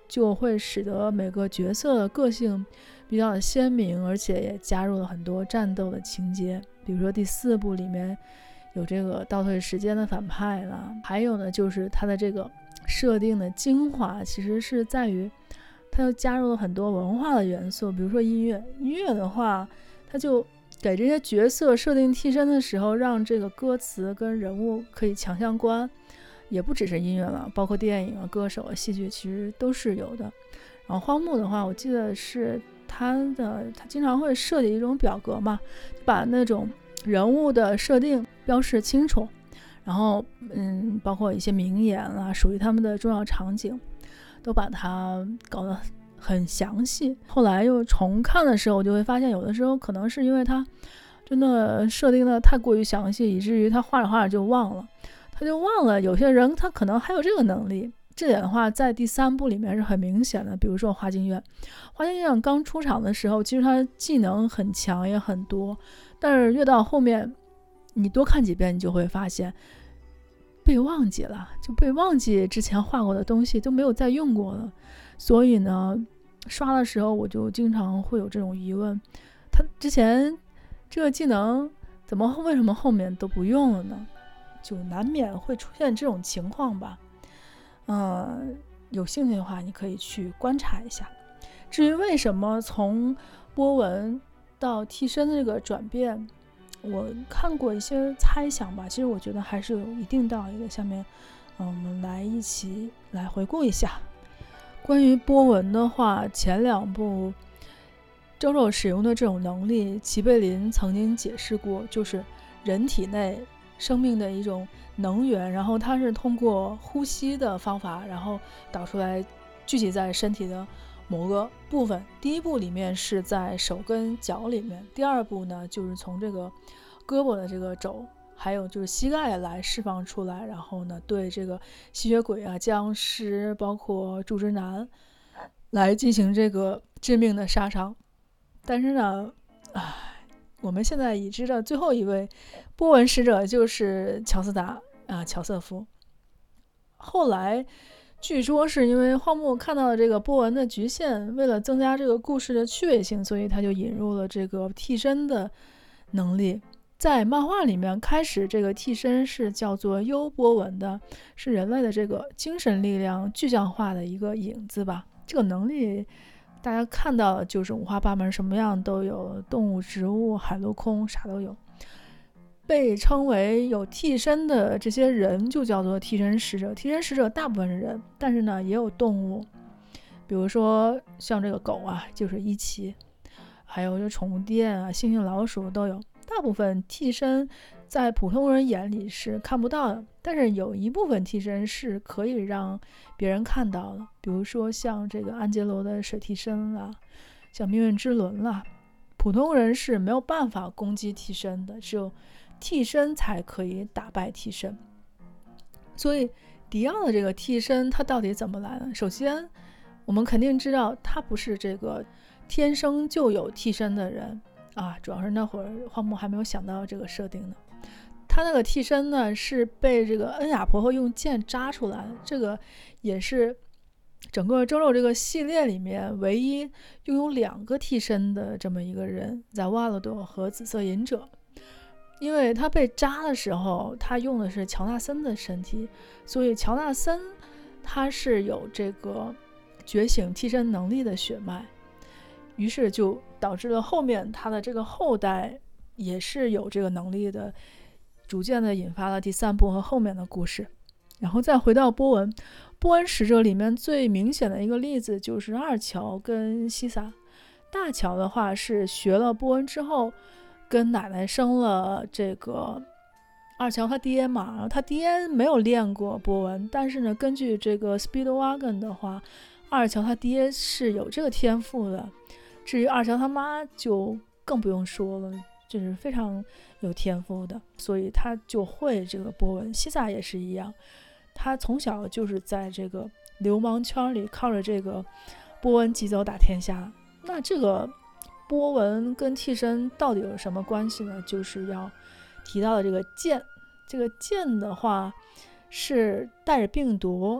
就会使得每个角色的个性比较的鲜明，而且也加入了很多战斗的情节。比如说第四部里面有这个倒退时间的反派啦，还有呢就是它的这个设定的精华其实是在于它又加入了很多文化的元素。比如说音乐，音乐的话它就给这些角色设定替身的时候，让这个歌词跟人物可以强相关，也不只是音乐了，包括电影啊、歌手啊、戏剧其实都是有的。然后荒木的话，我记得是他的他经常会设计一种表格嘛，把那种人物的设定标示清楚，然后嗯，包括一些名言啊，属于他们的重要场景，都把它搞得很详细。后来又重看的时候，我就会发现有的时候可能是因为他真的设定的太过于详细，以至于他画着画着就忘了，他就忘了有些人他可能还有这个能力。这点的话在第三部里面是很明显的。比如说花京院，花京院刚出场的时候其实他技能很强也很多，但是越到后面你多看几遍你就会发现被忘记了，就被忘记之前画过的东西都没有再用过了。所以呢刷的时候我就经常会有这种疑问，他之前这个技能怎么为什么后面都不用了呢？就难免会出现这种情况吧。呃，有兴趣的话你可以去观察一下。至于为什么从波纹到替身的这个转变，我看过一些猜想吧，其实我觉得还是有一定道理的。下面、呃、我们来一起来回顾一下。关于波纹的话，前两部周周使用的这种能力，齐贝林曾经解释过，就是人体内生命的一种能源，然后它是通过呼吸的方法，然后导出来聚集在身体的某个部分。第一步里面是在手跟脚里面，第二步呢就是从这个胳膊的这个肘还有就是膝盖来释放出来，然后呢对这个吸血鬼啊、僵尸包括柱之男来进行这个致命的杀伤。但是呢唉，我们现在已知的最后一位波纹使者就是乔斯达啊，乔瑟夫。后来据说是因为荒木看到了这个波纹的局限，为了增加这个故事的趣味性，所以他就引入了这个替身的能力。在漫画里面开始这个替身是叫做幽波纹的，是人类的这个精神力量具象化的一个影子吧。这个能力大家看到的就是五花八门，什么样都有，动物、植物、海陆空啥都有。被称为有替身的这些人就叫做替身使者。替身使者大部分是人，但是呢也有动物，比如说像这个狗啊就是伊奇，还有这宠物店啊、猩猩、老鼠都有。大部分替身在普通人眼里是看不到的，但是有一部分替身是可以让别人看到的，比如说像这个安杰罗的水替身啦，像命运之轮啦，普通人是没有办法攻击替身的，只有替身才可以打败替身。所以迪奥的这个替身它到底怎么来呢？首先我们肯定知道他不是这个天生就有替身的人啊，主要是那会儿荒木还没有想到这个设定呢。他那个替身呢是被这个恩雅婆婆用剑扎出来的，这个也是整个周周这个系列里面唯一拥有两个替身的这么一个人，在瓦洛多和紫色隐者。因为他被扎的时候他用的是乔纳森的身体，所以乔纳森他是有这个觉醒替身能力的血脉，于是就导致了后面他的这个后代也是有这个能力的，逐渐的引发了第三部和后面的故事。然后再回到波纹，波纹使者里面最明显的一个例子就是二乔跟西萨。大乔的话是学了波纹之后跟奶奶生了这个二乔他爹嘛，然后他爹没有练过波纹，但是呢根据这个 Speedwagon 的话，二乔他爹是有这个天赋的。至于二乔他妈就更不用说了，就是非常有天赋的，所以他就会这个波纹。西萨也是一样，他从小就是在这个流氓圈里靠着这个波纹疾走打天下。那这个波纹跟替身到底有什么关系呢？就是要提到的这个剑。这个剑的话是带着病毒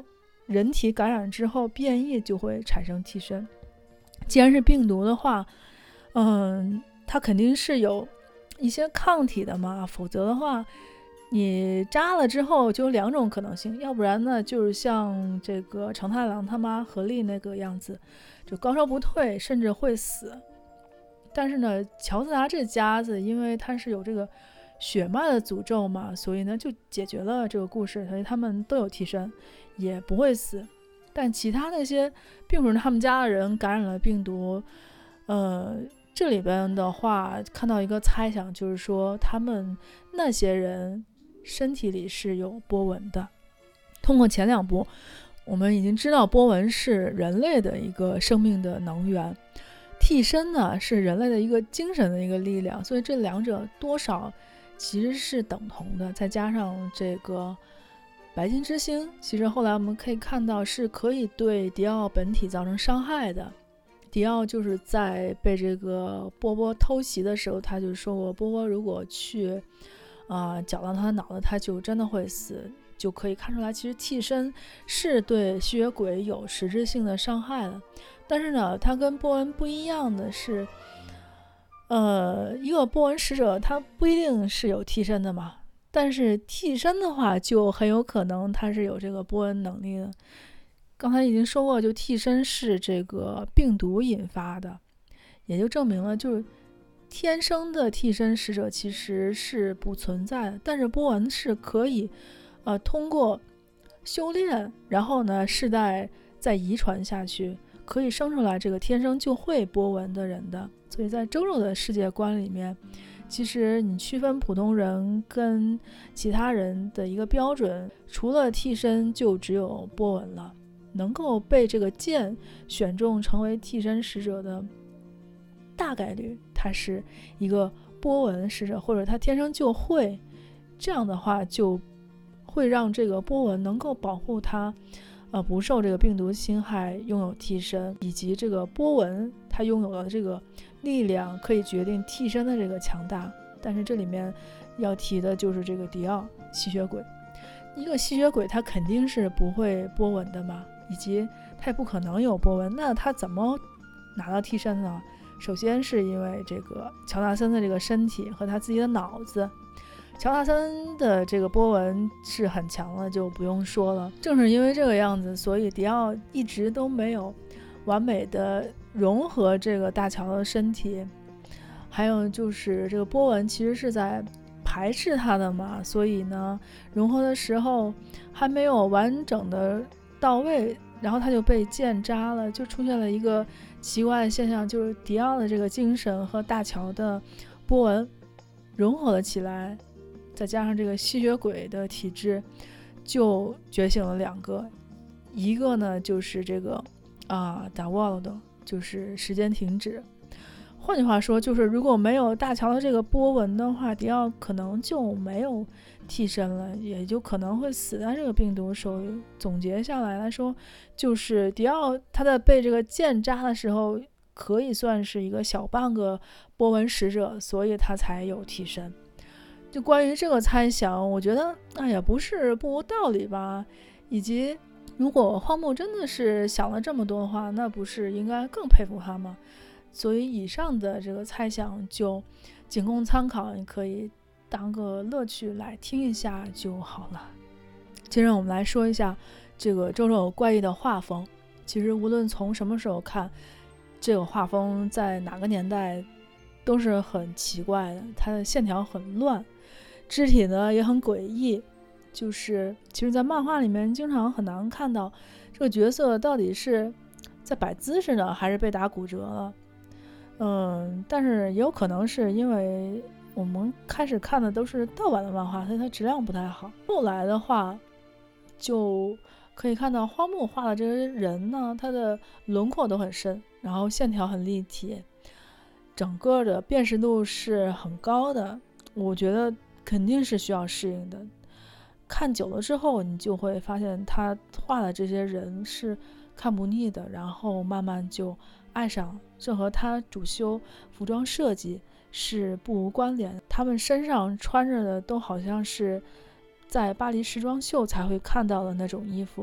人体感染之后变异就会产生替身。既然是病毒的话，嗯，它肯定是有一些抗体的嘛，否则的话你扎了之后就有两种可能性，要不然呢就是像这个承太郎他妈何丽那个样子，就高烧不退甚至会死。但是呢乔斯达这家子因为他是有这个血脉的诅咒嘛，所以呢就解决了这个故事，所以他们都有替身也不会死。但其他那些并不是他们家的人感染了病毒，呃这里边的话看到一个猜想，就是说他们那些人身体里是有波纹的。通过前两部我们已经知道波纹是人类的一个生命的能源，替身呢是人类的一个精神的一个力量，所以这两者多少其实是等同的。再加上这个白金之星，其实后来我们可以看到是可以对迪奥本体造成伤害的。迪奥就是在被这个波波偷袭的时候，他就说过波波如果去啊、呃、搅到他的脑子，他就真的会死。就可以看出来其实替身是对吸血鬼有实质性的伤害的。但是呢他跟波纹不一样的是，呃，一个波纹使者他不一定是有替身的嘛，但是替身的话就很有可能他是有这个波纹能力的。刚才已经说过，就替身是这个病毒引发的，也就证明了就是天生的替身使者其实是不存在的，但是波纹是可以呃通过修炼，然后呢世代再遗传下去，可以生出来这个天生就会波纹的人的。所以在周肉的世界观里面，其实你区分普通人跟其他人的一个标准，除了替身就只有波纹了。能够被这个剑选中成为替身使者的大概率他是一个波纹使者，或者他天生就会，这样的话就会让这个波纹能够保护他呃，不受这个病毒侵害，拥有替身，以及这个波纹他拥有了这个力量可以决定替身的这个强大。但是这里面要提的就是这个迪奥吸血鬼，一个吸血鬼他肯定是不会波纹的嘛，以及他也不可能有波纹，那他怎么拿到替身呢？首先是因为这个乔纳森的这个身体和他自己的脑子，乔纳森的这个波纹是很强的，就不用说了。正是因为这个样子，所以迪奥一直都没有完美的融合这个大乔的身体。还有就是这个波纹其实是在排斥他的嘛，所以呢融合的时候还没有完整的到位，然后他就被剑扎了，就出现了一个奇怪的现象，就是迪奥的这个精神和大乔的波纹融合了起来，再加上这个吸血鬼的体质，就觉醒了两个。一个呢就是这个啊达沃了的，就是时间停止。换句话说，就是如果没有大乔的这个波纹的话，迪奥可能就没有替身了，也就可能会死在这个病毒手里。总结下来来说，就是迪奥他在被这个剑扎的时候可以算是一个小半个波纹使者，所以他才有替身。就关于这个猜想，我觉得哎呀不是不无道理吧，以及如果荒木真的是想了这么多的话，那不是应该更佩服他吗？所以以上的这个猜想就仅供参考，你可以当个乐趣来听一下就好了。接着我们来说一下这个周周怪异的画风。其实无论从什么时候看，这个画风在哪个年代都是很奇怪的，它的线条很乱，肢体呢也很诡异，就是其实在漫画里面经常很难看到这个角色到底是在摆姿势呢还是被打骨折了。嗯，但是也有可能是因为我们开始看的都是盗版的漫画，所以它质量不太好。后来的话就可以看到荒木画的这个人呢，他的轮廓都很深，然后线条很立体，整个的辨识度是很高的。我觉得肯定是需要适应的，看久了之后你就会发现他画的这些人是看不腻的，然后慢慢就爱上，这和他主修服装设计是不无关联。他们身上穿着的都好像是在巴黎时装秀才会看到的那种衣服，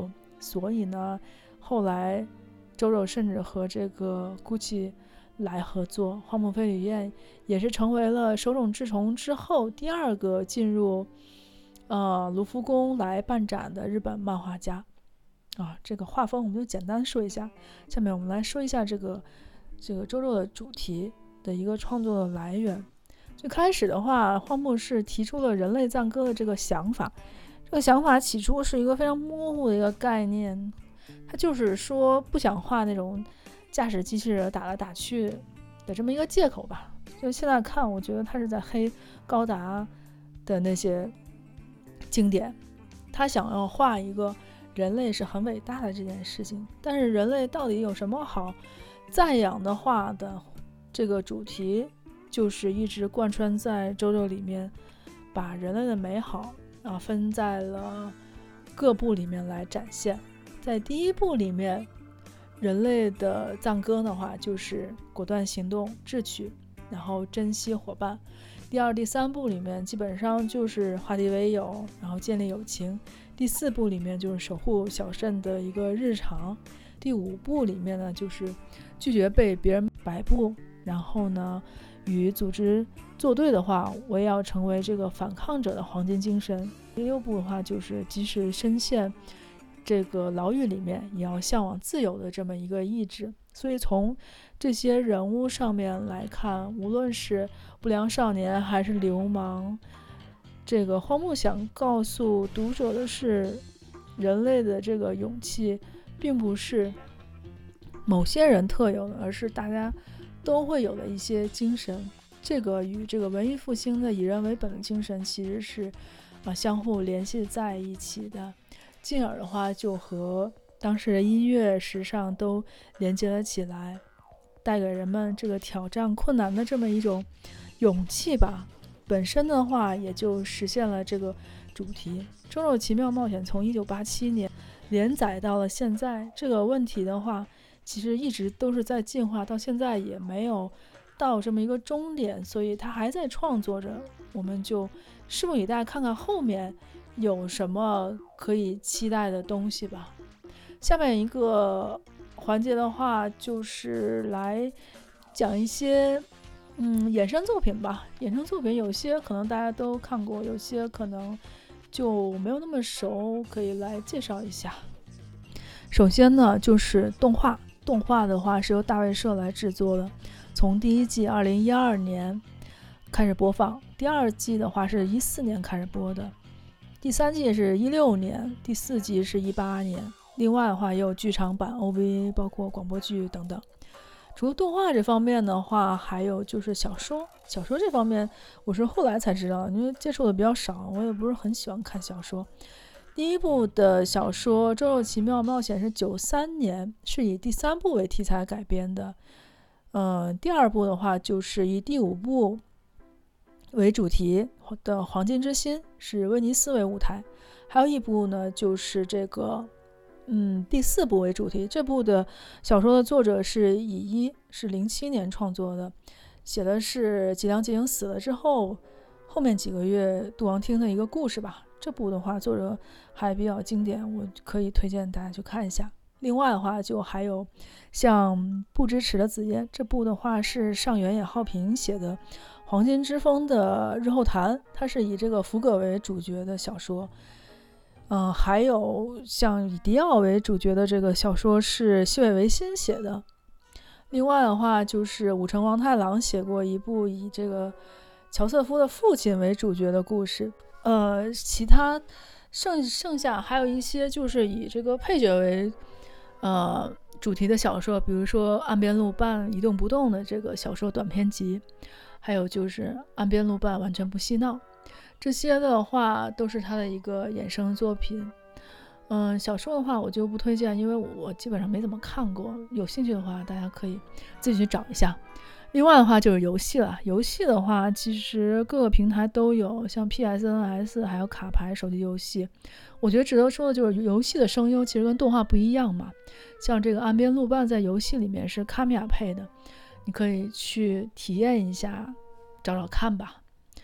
所以呢，后来周周甚至和这个 GUCCI 来合作，荒木飞吕彦也是成为了手冢治虫之后第二个进入呃卢浮宫来办展的日本漫画家啊。这个画风我们就简单说一下，下面我们来说一下这个这个周周的主题的一个创作的来源。最开始的话，荒木是提出了人类赞歌的这个想法，这个想法起初是一个非常模糊的一个概念，他就是说不想画那种驾驶机器人打来打去的这么一个借口吧。就现在看，我觉得他是在黑高达的那些经典，他想要画一个人类是很伟大的这件事情，但是人类到底有什么好赞扬的话的这个主题，就是一直贯穿在周周里面，把人类的美好啊分在了各部里面来展现。在第一部里面，人类的赞歌的话就是果断行动、智取，然后珍惜伙伴。第二、第三部里面基本上就是化敌为友，然后建立友情。第四部里面就是守护小镇的一个日常。第五部里面呢，就是拒绝被别人摆布，然后呢与组织作对的话，我也要成为这个反抗者的黄金精神。第六部的话就是即使深陷这个牢狱里面，也要向往自由的这么一个意志。所以从这些人物上面来看，无论是不良少年还是流氓，这个荒木想告诉读者的是，人类的这个勇气并不是某些人特有的，而是大家都会有的一些精神。这个与这个文艺复兴的以人为本的精神其实是啊相互联系在一起的，进而的话就和当时的音乐时尚都连接了起来，带给人们这个挑战困难的这么一种勇气吧。本身的话也就实现了这个主题。周周奇妙冒险从一九八七年连载到了现在，这个问题的话其实一直都是在进化，到现在也没有到这么一个终点，所以他还在创作着，我们就拭目以待，看看后面有什么可以期待的东西吧。下面一个环节的话就是来讲一些嗯衍生作品吧。衍生作品有些可能大家都看过，有些可能就没有那么熟，可以来介绍一下。首先呢就是动画，动画的话是由大卫社来制作的，从第一季二零一二年开始播放，第二季的话是一四年开始播的，第三季是一六年，第四季是一八年。另外的话也有剧场版 O V A， 包括广播剧等等。除了动画这方面的话，还有就是小说。小说这方面我是后来才知道，因为接触的比较少，我也不是很喜欢看小说。第一部的小说《周周奇妙冒险》是九三年，是以第三部为题材改编的。嗯，第二部的话就是以第五部为主题的《黄金之心》，是威尼斯为舞台。还有一部呢就是这个嗯第四部为主题，这部的小说的作者是乙一，是零七年创作的，写的是吉良吉影死了之后后面几个月杜王町的一个故事吧。这部的话作者还比较经典，我可以推荐大家去看一下。另外的话就还有像不支持的紫烟，这部的话是上原野浩平写的黄金之风的日后谈，它是以这个福葛为主角的小说。嗯、呃，还有像以迪奥为主角的这个小说是西尾维新写的。另外的话就是武城王太郎写过一部以这个乔瑟夫的父亲为主角的故事。呃，其他剩剩下还有一些就是以这个配角为呃主题的小说，比如说岸边露伴一动不动的这个小说短篇集，还有就是岸边露伴完全不嬉闹，这些的话都是他的一个衍生作品。嗯，小说的话我就不推荐，因为我基本上没怎么看过，有兴趣的话大家可以自己去找一下。另外的话就是游戏了，游戏的话其实各个平台都有，像 P S N S 还有卡牌手机游戏。我觉得值得说的就是游戏的声优其实跟动画不一样嘛，像这个岸边露伴在游戏里面是卡米亚配的，你可以去体验一下找找看吧。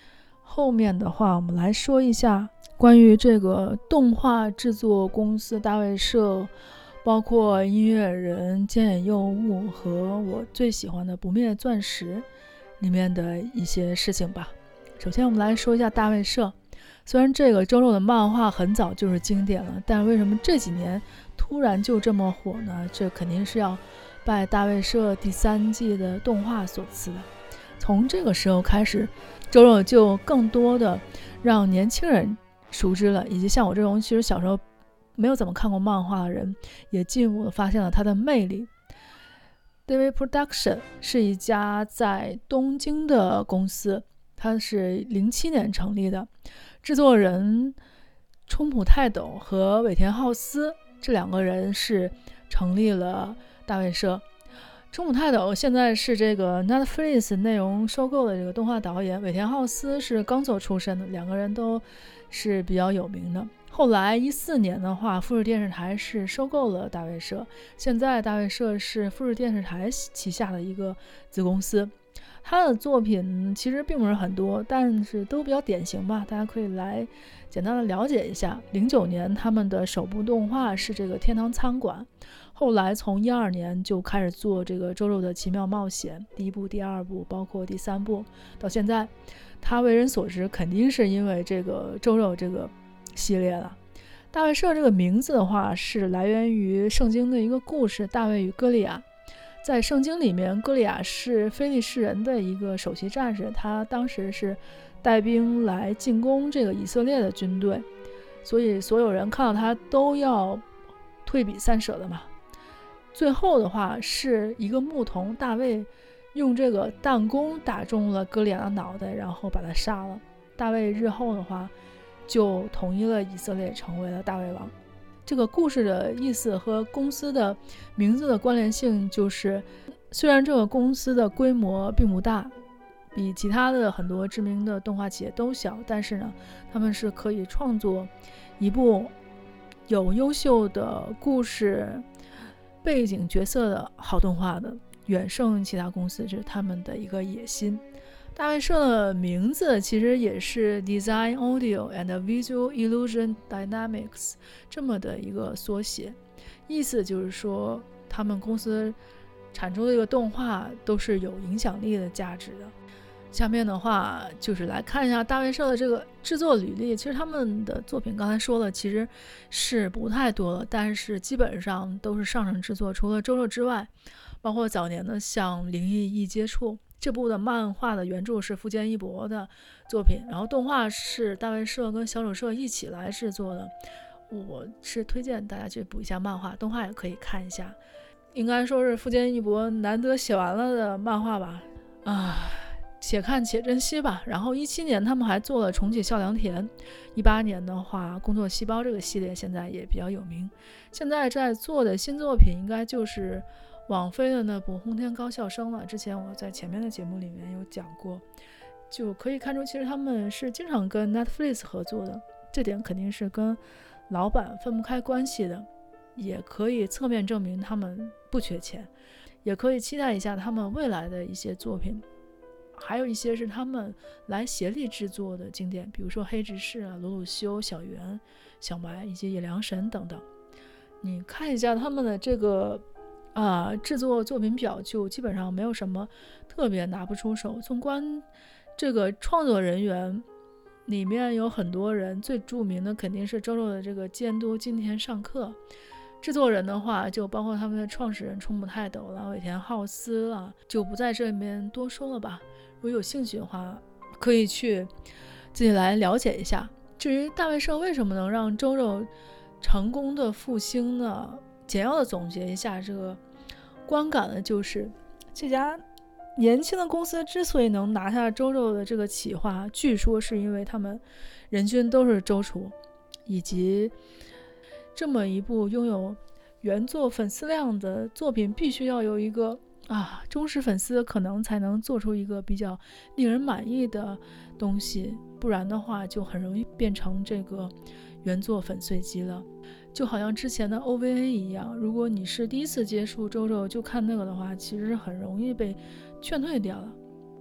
后面的话我们来说一下关于这个动画制作公司大卫社，包括音乐人菅野佑吾和我最喜欢的不灭钻石里面的一些事情吧。首先我们来说一下大卫社，虽然这个周周的漫画很早就是经典了，但为什么这几年突然就这么火呢？这肯定是要拜大卫社第三季的动画所赐的。从这个时候开始，周周就更多的让年轻人熟知了，以及像我这种其实小时候没有怎么看过漫画的人也进一步的发现了它的魅力。 David Production 是一家在东京的公司，它是零七年成立的，制作人冲浦泰斗和尾田浩司这两个人是成立了大卫社。冲浦泰斗现在是这个 Netflix 内容收购的这个动画导演，尾田浩司是刚作出身的，两个人都是比较有名的。后来一四年的话，富士电视台是收购了大卫社，现在大卫社是富士电视台旗下的一个子公司。他的作品其实并不是很多，但是都比较典型吧，大家可以来简单的了解一下。零九年他们的首部动画是这个天堂餐馆，后来从一二年就开始做这个周周的奇妙冒险，第一部、第二部，包括第三部，到现在他为人所知肯定是因为这个周周这个系列了。大卫社这个名字的话是来源于圣经的一个故事，大卫与歌利亚。在圣经里面，歌利亚是非利士人的一个首席战士，他当时是带兵来进攻这个以色列的军队，所以所有人看到他都要退避三舍的嘛。最后的话是一个牧童大卫用这个弹弓打中了歌利亚的脑袋，然后把他杀了。大卫日后的话就统一了以色列，成为了大卫王。这个故事的意思和公司的名字的关联性就是，虽然这个公司的规模并不大，比其他的很多知名的动画企业都小，但是呢，他们是可以创作一部有优秀的故事背景角色的好动画的，远胜其他公司，这是他们的一个野心。大卫社的名字其实也是 Design Audio and Visual Illusion Dynamics 这么的一个缩写，意思就是说他们公司产出的一个动画都是有影响力的价值的。下面的话就是来看一下大卫社的这个制作履历。其实他们的作品刚才说了其实是不太多了，但是基本上都是上乘之作，除了周周之外，包括早年的像灵异异接触，这部的漫画的原著是富坚义博的作品，然后动画是大卫社跟小丑社一起来制作的。我是推荐大家去补一下漫画，动画也可以看一下，应该说是富坚义博难得写完了的漫画吧，啊，且看且珍惜吧。然后一七年他们还做了重启孝良田，一八年的话工作细胞这个系列现在也比较有名。现在在做的新作品应该就是网飞的那部《轰天高校生》了，之前我在前面的节目里面有讲过，就可以看出其实他们是经常跟 Netflix 合作的，这点肯定是跟老板分不开关系的，也可以侧面证明他们不缺钱，也可以期待一下他们未来的一些作品。还有一些是他们来协力制作的经典，比如说黑执事啊、鲁鲁修、小圆、小白以及野良神等等。你看一下他们的这个啊，制作作品表就基本上没有什么特别拿不出手。纵观这个创作人员里面有很多人，最著名的肯定是周周的这个监督金田上课。制作人的话就包括他们的创始人冲浦泰斗了、尾田浩司了，就不在这里面多说了吧。如果有兴趣的话可以去自己来了解一下。至于大卫社为什么能让周周成功的复兴呢，简要的总结一下这个观感呢，就是这家年轻的公司之所以能拿下周周的这个企划，据说是因为他们人均都是周厨，以及这么一部拥有原作粉丝量的作品必须要有一个啊忠实粉丝，可能才能做出一个比较令人满意的东西，不然的话就很容易变成这个原作粉碎机了。就好像之前的 O V A 一样，如果你是第一次接触周周就看那个的话，其实很容易被劝退掉了。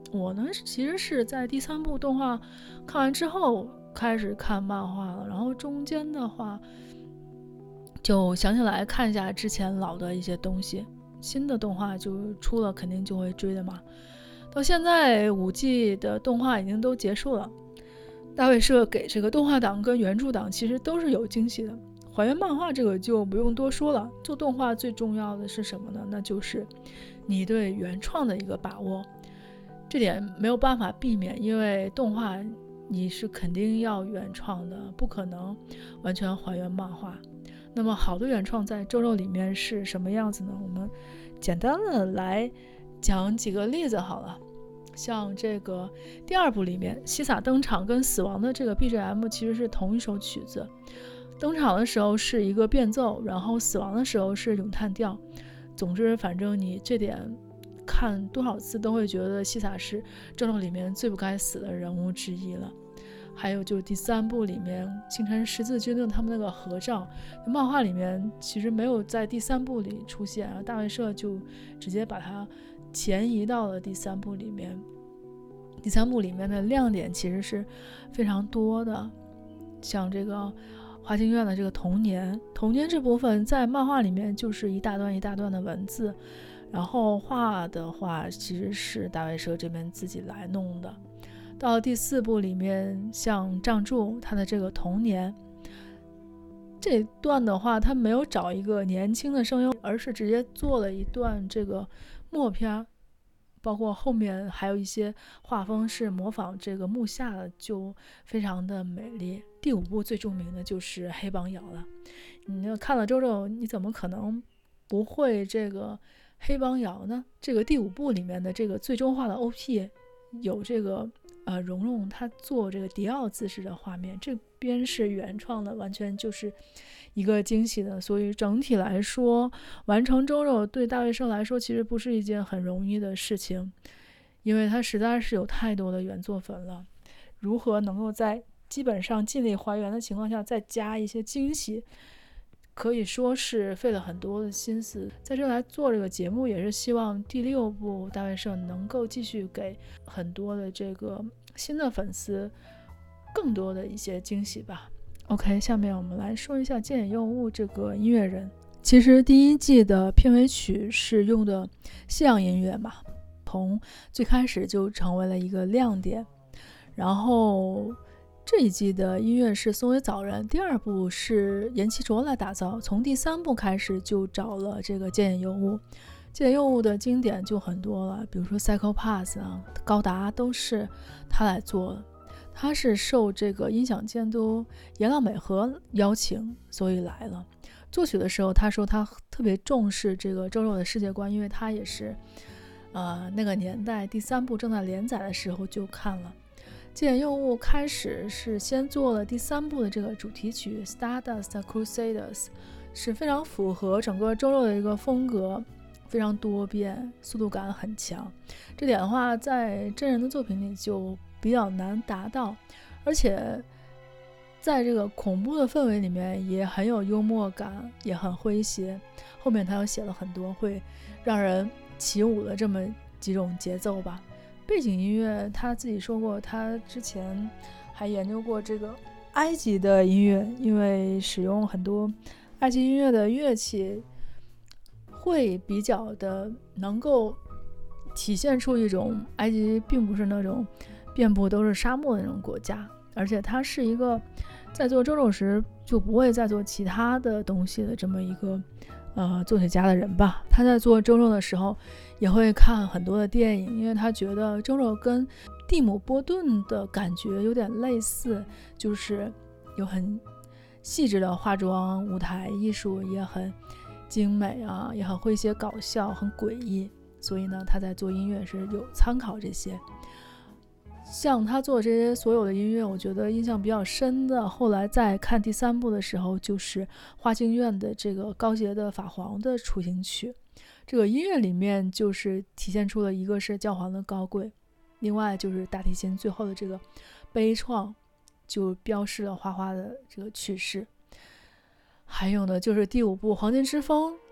我呢其实是在第三部动画看完之后开始看漫画了，然后中间的话就想起来看一下之前老的一些东西，新的动画就出了肯定就会追的嘛。到现在五季的动画已经都结束了，大卫社给这个动画党跟原著党其实都是有惊喜的。还原漫画这个就不用多说了，做动画最重要的是什么呢？那就是你对原创的一个把握，这点没有办法避免，因为动画你是肯定要原创的，不可能完全还原漫画。那么好的原创在周周里面是什么样子呢？我们简单的来讲几个例子好了。像这个第二部里面，西撒登场跟死亡的这个 B G M 其实是同一首曲子，登场的时候是一个变奏，然后死亡的时候是咏叹调。总之反正你这点看多少次都会觉得西撒是周周里面最不该死的人物之一了。还有就是第三部里面星辰十字军的他们那个合照，漫画里面其实没有在第三部里出现，然后大卫社就直接把它前移到了第三部里面。第三部里面的亮点其实是非常多的，像这个花京院的这个童年童年这部分在漫画里面就是一大段一大段的文字，然后画的话其实是大卫社这边自己来弄的。到了第四部里面，像仗助他的这个童年这段的话，他没有找一个年轻的声优，而是直接做了一段这个默片，包括后面还有一些画风是模仿这个木下的，就非常的美丽。第五部最著名的就是黑帮摇了，你看了周周你怎么可能不会这个黑帮摇呢？这个第五部里面的这个最终化的 O P 有这个呃，蓉蓉她做这个迪奥姿势的画面，这边是原创的，完全就是一个惊喜的。所以整体来说，完成周周对大卫社来说其实不是一件很容易的事情，因为他实在是有太多的原作粉了。如何能够在基本上尽力还原的情况下再加一些惊喜，可以说是费了很多的心思。在这来做这个节目，也是希望第六部大卫社能够继续给很多的这个新的粉丝更多的一些惊喜吧。 OK， 下面我们来说一下菅野佑吾这个音乐人。其实第一季的片尾曲是用的西洋音乐嘛，从最开始就成为了一个亮点。然后这一季的音乐是松尾早人，第二部是岩崎卓来打造，从第三部开始就找了这个菅野佑吾。菅野佑吾的经典就很多了，比如说 Psycho Pass 啊、高达都是他来做的。他是受这个音响监督岩浪美和邀请，所以来了。作曲的时候他说他特别重视这个周周的世界观，因为他也是呃那个年代第三部正在连载的时候就看了。菅野佑吾开始是先做了第三部的这个主题曲 Stardust Crusaders， 是非常符合整个周周的一个风格，非常多变，速度感很强。这点的话在真人的作品里就比较难达到，而且在这个恐怖的氛围里面也很有幽默感，也很诙谐。后面他又写了很多会让人起舞的这么几种节奏吧。背景音乐他自己说过，他之前还研究过这个埃及的音乐，因为使用很多埃及音乐的乐器会比较的能够体现出一种埃及并不是那种遍布都是沙漠的那种国家，而且它是一个在做周周时就不会再做其他的东西的这么一个呃作曲家的人吧。他在做周周的时候也会看很多的电影，因为他觉得周周跟蒂姆波顿的感觉有点类似，就是有很细致的化妆，舞台艺术也很精美啊，也很诙谐搞笑，很诡异。所以呢他在做音乐是有参考这些。像他做这些所有的音乐，我觉得印象比较深的，后来在看第三部的时候就是花京院的这个高洁的法皇的雏形曲。这个音乐里面就是体现出了一个是教皇的高贵，另外就是大提琴最后的这个悲怆就标示了花花的这个去世。还有呢就是第五部黄金之风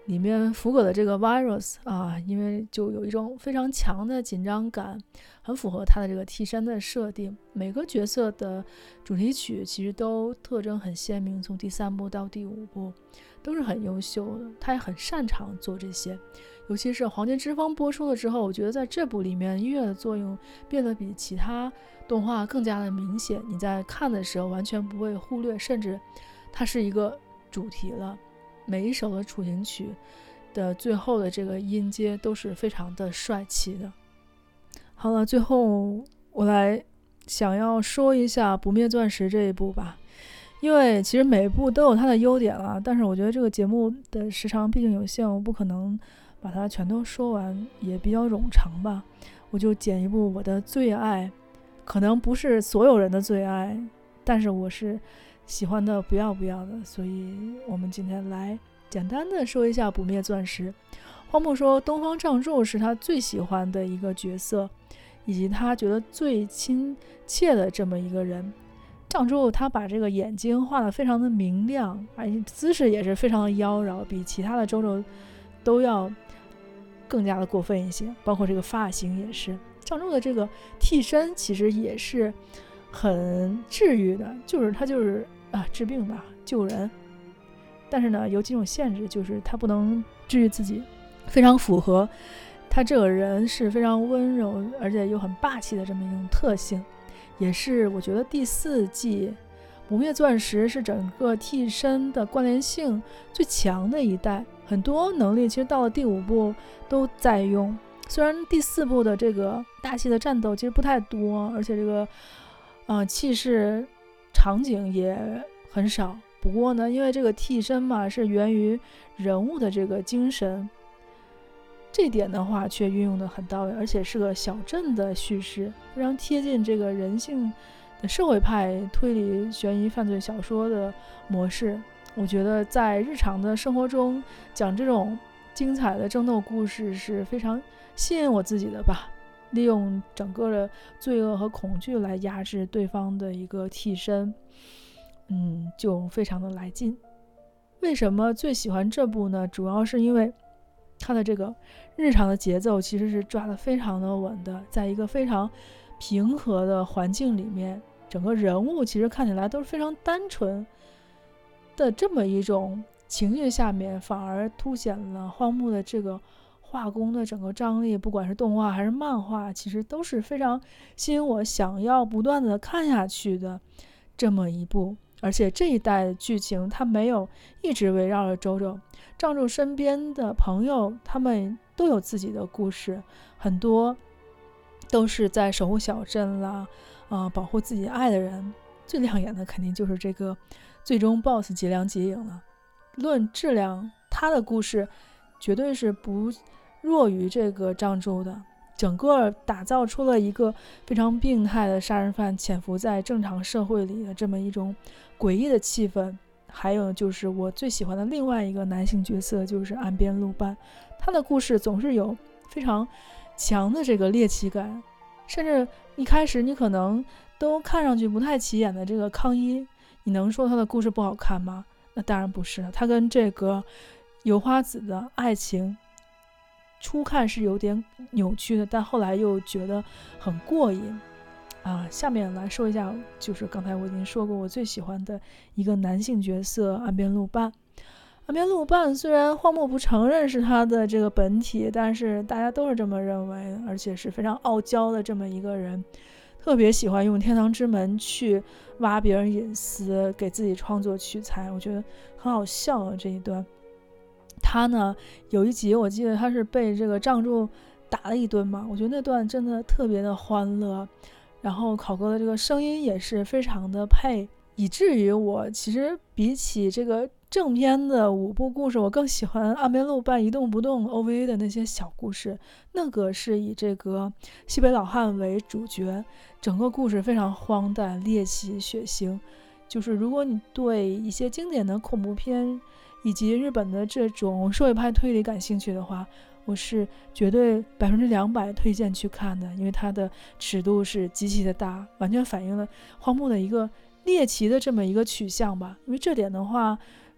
里面福葛的这个 virus 啊，因为就有一种非常强的紧张感，很符合他的这个替身的设定。每个角色的主题曲其实都特征很鲜明，从第三部到第五部都是很优秀的，他也很擅长做这些。尤其是《黄金之风》播出了之后，我觉得在这部里面音乐的作用变得比其他动画更加的明显，你在看的时候完全不会忽略，甚至它是一个主题了。每一首的处刑曲的最后的这个音阶都是非常的帅气的。好了，最后我来想要说一下《不灭钻石》这一部吧，因为其实每一部都有它的优点了，但是我觉得这个节目的时长毕竟有限，我不可能把它全都说完，也比较冗长吧，我就捡一部我的最爱，可能不是所有人的最爱，但是我是喜欢的不要不要的，所以我们今天来简单的说一下《不灭钻石》。荒木说东方仗助是他最喜欢的一个角色，以及他觉得最亲切的这么一个人。仗助他把这个眼睛画得非常的明亮，而且姿势也是非常的妖娆，比其他的周周都要更加的过分一些，包括这个发型也是。仗助的这个替身其实也是很治愈的，就是他就是啊治病吧，救人，但是呢有几种限制，就是他不能治愈自己，非常符合他这个人是非常温柔而且又很霸气的这么一种特性。也是我觉得第四季不灭钻石是整个替身的关联性最强的一代，很多能力其实到了第五部都在用，虽然第四部的这个大戏的战斗其实不太多，而且这个呃气势场景也很少，不过呢因为这个替身嘛是源于人物的这个精神，这点的话却运用的很到位，而且是个小镇的叙事，非常贴近这个人性的社会派推理悬疑犯罪小说的模式。我觉得在日常的生活中讲这种精彩的争斗故事是非常吸引我自己的吧，利用整个的罪恶和恐惧来压制对方的一个替身，嗯，就非常的来劲。为什么最喜欢这部呢？主要是因为它的这个日常的节奏其实是抓得非常的稳的，在一个非常平和的环境里面，整个人物其实看起来都是非常单纯的这么一种情绪下面，反而凸显了荒木的这个画工的整个张力，不管是动画还是漫画，其实都是非常吸引我想要不断的看下去的这么一部。而且这一代的剧情它没有一直围绕着周周，仗助身边的朋友他们都有自己的故事，很多都是在守护小镇啦，呃，保护自己爱的人。最亮眼的肯定就是这个最终 boss 吉良吉影了，论质量他的故事绝对是不弱于这个仗助的，整个打造出了一个非常病态的杀人犯潜伏在正常社会里的这么一种诡异的气氛。还有就是我最喜欢的另外一个男性角色就是岸边露伴，他的故事总是有非常强的这个猎奇感，甚至一开始你可能都看上去不太起眼的这个康一，你能说他的故事不好看吗？那当然不是，他跟这个油花子的爱情初看是有点扭曲的，但后来又觉得很过瘾啊。下面来说一下，就是刚才我已经说过我最喜欢的一个男性角色岸边露伴。岸边露伴虽然荒木不承认是他的这个本体，但是大家都是这么认为，而且是非常傲娇的这么一个人，特别喜欢用天堂之门去挖别人隐私，给自己创作取材，我觉得很好笑啊这一段。他呢有一集我记得他是被这个仗助打了一顿嘛，我觉得那段真的特别的欢乐，然后考哥的这个声音也是非常的配，以至于我其实比起这个正片的五部故事，我更喜欢岸边露伴一动不动 O V A 的那些小故事，那个是以这个西北老汉为主角，整个故事非常荒诞猎奇血腥，就是如果你对一些经典的恐怖片以及日本的这种社会派推理感兴趣的话，我是绝对百分之两百推荐去看的，因为它的尺度是极其的大，完全反映了荒木的一个猎奇的这么一个取向吧。因为这点的话，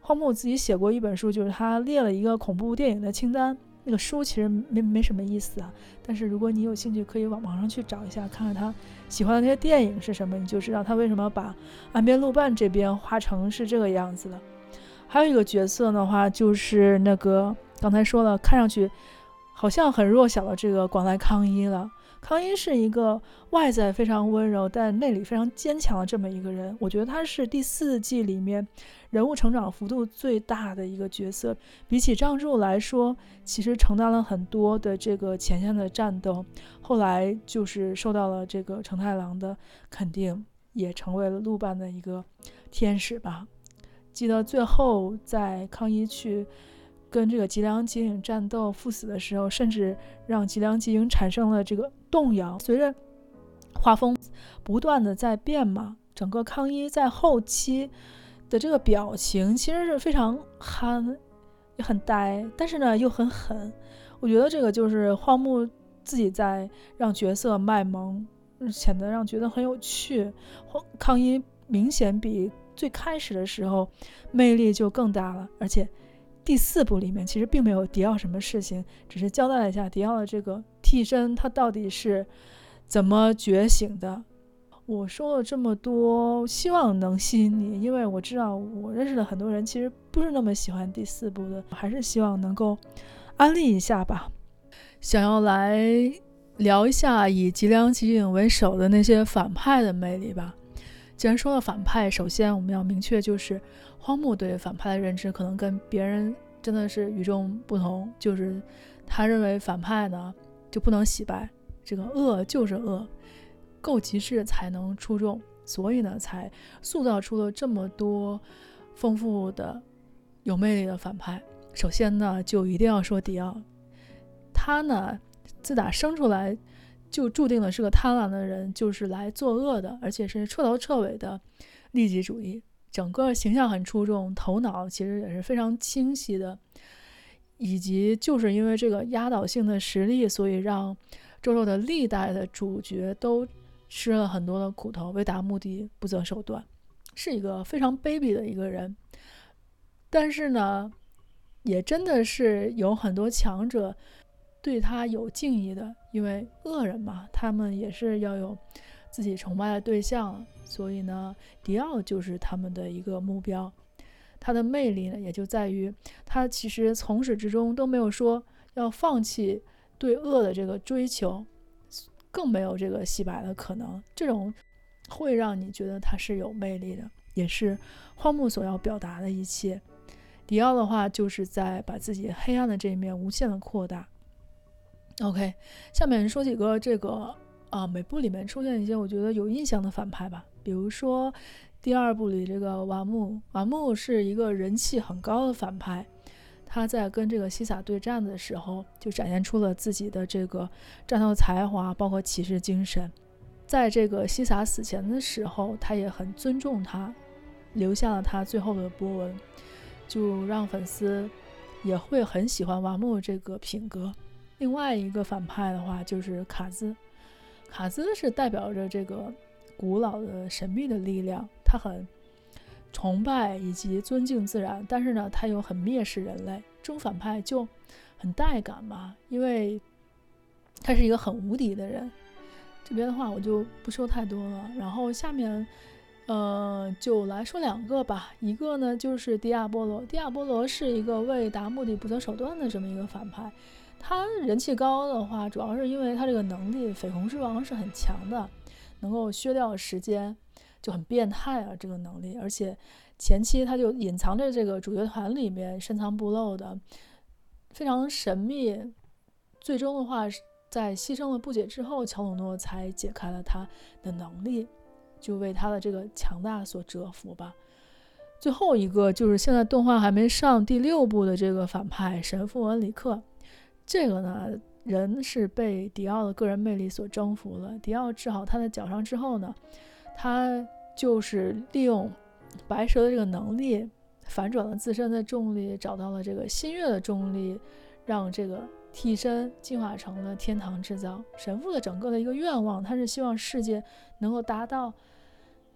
荒木自己写过一本书，就是他列了一个恐怖电影的清单，那个书其实没没什么意思啊，但是如果你有兴趣，可以往网上去找一下，看看他喜欢的那些电影是什么，你就知道他为什么把岸边露伴这边画成是这个样子的。还有一个角色的话，就是那个刚才说了，看上去好像很弱小的这个广濑康一了。康一是一个外在非常温柔但内里非常坚强的这么一个人，我觉得他是第四季里面人物成长幅度最大的一个角色，比起仗助来说，其实承担了很多的这个前线的战斗，后来就是受到了这个承太郎的肯定，也成为了鹿伴的一个天使吧。记得最后在康一去跟这个吉良吉影战斗赴死的时候，甚至让吉良吉影产生了这个动摇。随着画风不断的在变嘛，整个康一在后期的这个表情其实是非常憨，也很呆，但是呢又很狠。我觉得这个就是荒木自己在让角色卖萌，显得让角色很有趣。康一明显比最开始的时候魅力就更大了，而且第四部里面其实并没有迪奥什么事情，只是交代了一下迪奥的这个替身他到底是怎么觉醒的。我说了这么多，希望能吸引你，因为我知道我认识的很多人其实不是那么喜欢第四部的，还是希望能够安利一下吧。想要来聊一下以吉良吉影为首的那些反派的魅力吧。既然说到反派，首先我们要明确，就是荒木对反派的认知可能跟别人真的是与众不同，就是他认为反派呢就不能洗白，这个恶就是恶，够极致才能出众，所以呢才塑造出了这么多丰富的有魅力的反派。首先呢就一定要说迪奥，他呢自打生出来就注定了是个贪婪的人，就是来作恶的，而且是彻头彻尾的利己主义，整个形象很出众，头脑其实也是非常清晰的，以及就是因为这个压倒性的实力，所以让周周的历代的主角都吃了很多的苦头，为达目的不择手段，是一个非常卑鄙的一个人。但是呢也真的是有很多强者对他有敬意的，因为恶人嘛，他们也是要有自己崇拜的对象，所以呢迪奥就是他们的一个目标。他的魅力呢也就在于他其实从始至终都没有说要放弃对恶的这个追求，更没有这个洗白的可能，这种会让你觉得他是有魅力的，也是荒木所要表达的一切。迪奥的话就是在把自己黑暗的这一面无限的扩大。OK， 下面说几个这个啊每部里面出现一些我觉得有印象的反派吧。比如说第二部里这个瓦木，瓦木是一个人气很高的反派，他在跟这个西萨对战的时候就展现出了自己的这个战斗才华，包括骑士精神。在这个西萨死前的时候，他也很尊重他，留下了他最后的波纹，就让粉丝也会很喜欢瓦木这个品格。另外一个反派的话就是卡兹，卡兹是代表着这个古老的神秘的力量，他很崇拜以及尊敬自然，但是呢他又很蔑视人类，这种反派就很带感嘛，因为他是一个很无敌的人。这边的话我就不说太多了，然后下面呃，就来说两个吧。一个呢就是迪亚波罗，迪亚波罗是一个为达目的不择手段的这么一个反派，他人气高的话主要是因为他这个能力绯红之王是很强的，能够削掉时间，就很变态啊这个能力。而且前期他就隐藏在这个主角团里面深藏不露的，非常神秘，最终的话在牺牲了不解之后，乔鲁诺才解开了他的能力，就为他的这个强大所折服吧。最后一个就是现在动画还没上第六部的这个反派神父恩里克，这个呢人是被迪奥的个人魅力所征服了。迪奥治好他的脚伤之后呢，他就是利用白蛇的这个能力反转了自身的重力，找到了这个新月的重力，让这个替身进化成了天堂制造。神父的整个的一个愿望，他是希望世界能够达到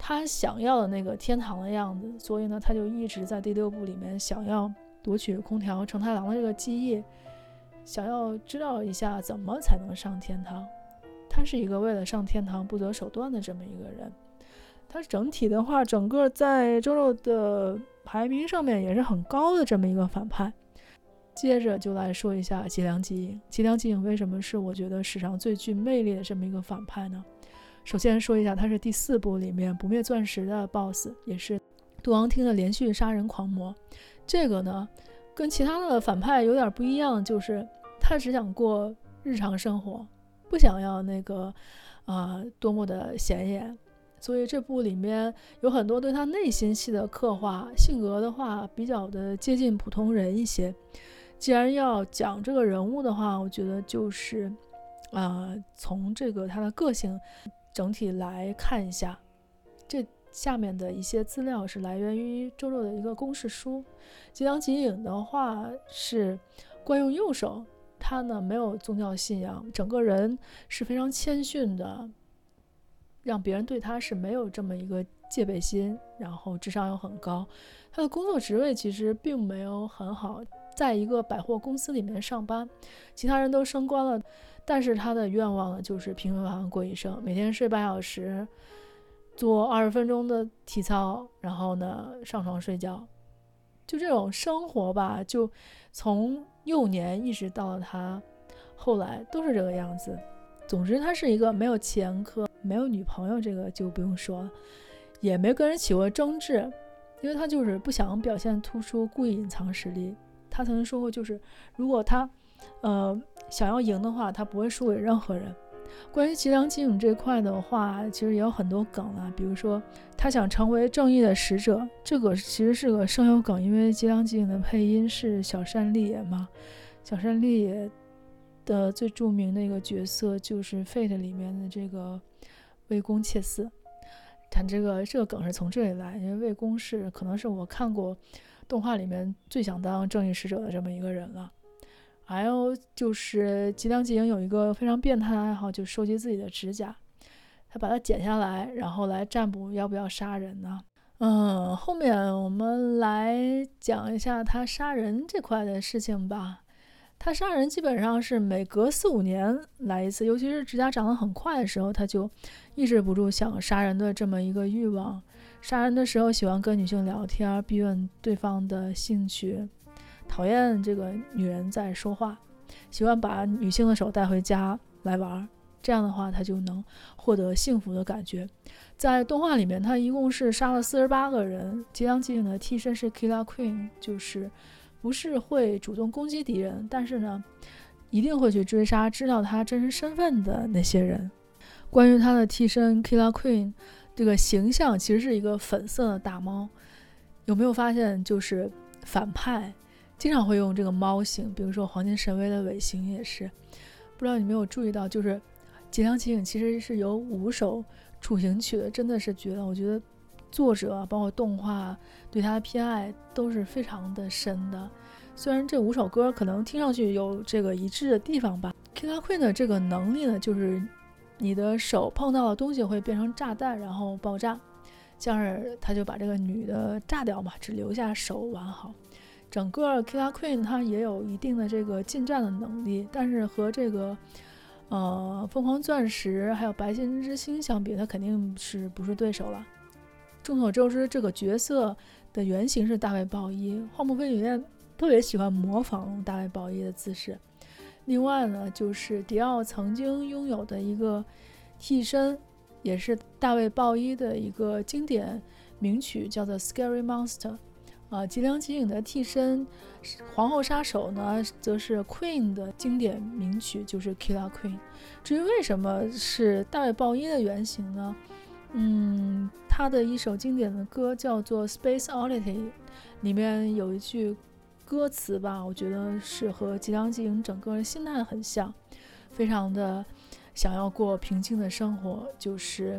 他想要的那个天堂的样子，所以呢，他就一直在第六部里面想要夺取空调承太郎的这个记忆，想要知道一下怎么才能上天堂。他是一个为了上天堂不择手段的这么一个人。他整体的话，整个在周周的排名上面也是很高的这么一个反派。接着就来说一下吉良吉影。吉良吉影为什么是我觉得史上最具魅力的这么一个反派呢？首先说一下，他是第四部里面不灭钻石的 boss， 也是杜王町的连续杀人狂魔。这个呢跟其他的反派有点不一样，就是他只想过日常生活，不想要那个啊、呃、多么的显眼。所以这部里面有很多对他内心戏的刻画，性格的话比较的接近普通人一些。既然要讲这个人物的话，我觉得就是啊、呃，从这个他的个性整体来看一下。这下面的一些资料是来源于周周的一个公式书。吉良吉影的话是惯用右手，他呢没有宗教信仰，整个人是非常谦逊的，让别人对他是没有这么一个戒备心，然后智商又很高。他的工作职位其实并没有很好，在一个百货公司里面上班，其他人都升官了，但是他的愿望呢就是平平安安过一生，每天睡八小时，做二十分钟的体操，然后呢上床睡觉。就这种生活吧，就从幼年一直到了他后来都是这个样子。总之他是一个没有前科，没有女朋友，这个就不用说了，也没跟人起过争执，因为他就是不想表现突出，故意隐藏实力。他曾经说过，就是如果他呃想要赢的话，他不会输给任何人。关于吉良吉影这块的话，其实也有很多梗啊，比如说他想成为正义的使者，这个其实是个声优梗，因为吉良吉影的配音是小山丽野嘛。小山丽野的最著名的一个角色就是 Fate 里面的这个魏公切嗣，他这个这个梗是从这里来，因为魏公是可能是我看过动画里面最想当正义使者的这么一个人了。还有就是吉良吉影有一个非常变态的爱好，就是收集自己的指甲，他把它剪下来，然后来占卜要不要杀人呢。嗯，后面我们来讲一下他杀人这块的事情吧。他杀人基本上是每隔四五年来一次，尤其是指甲长得很快的时候，他就抑制不住想杀人的这么一个欲望。杀人的时候喜欢跟女性聊天，逼问对方的兴趣，讨厌这个女人在说话，喜欢把女性的手带回家来玩，这样的话他就能获得幸福的感觉。在动画里面他一共是杀了四十八个人，吉良吉影的替身是 Killer Queen， 就是不是会主动攻击敌人，但是呢一定会去追杀知道他真实身份的那些人。关于他的替身 Killer Queen 这个形象其实是一个粉色的大猫，有没有发现就是反派经常会用这个猫形，比如说黄金神威的尾形也是。不知道你没有注意到，就是吉良吉影其实是有五首处刑曲的，真的是绝了。我觉得作者包括动画对他的偏爱都是非常的深的，虽然这五首歌可能听上去有这个一致的地方吧。 Killer Queen 的这个能力呢，就是你的手碰到的东西会变成炸弹然后爆炸，这样他就把这个女的炸掉嘛，只留下手完好。整个 Killer Queen 它也有一定的这个近战的能力，但是和这个呃凤凰钻石还有白金之星相比，它肯定是不是对手了。众所周知，这个角色的原型是大卫鲍伊，荒木飞吕彦特别喜欢模仿大卫鲍伊的姿势。另外呢，就是迪奥曾经拥有的一个替身，也是大卫鲍伊的一个经典名曲，叫做 Scary Monster。啊，吉良吉影的替身皇后杀手呢，则是 Queen 的经典名曲，就是 Killer Queen。至于为什么是大卫鲍伊的原型呢？嗯，他的一首经典的歌叫做 Space Oddity， 里面有一句歌词吧，我觉得是和吉良吉影整个人心态很像，非常的想要过平静的生活，就是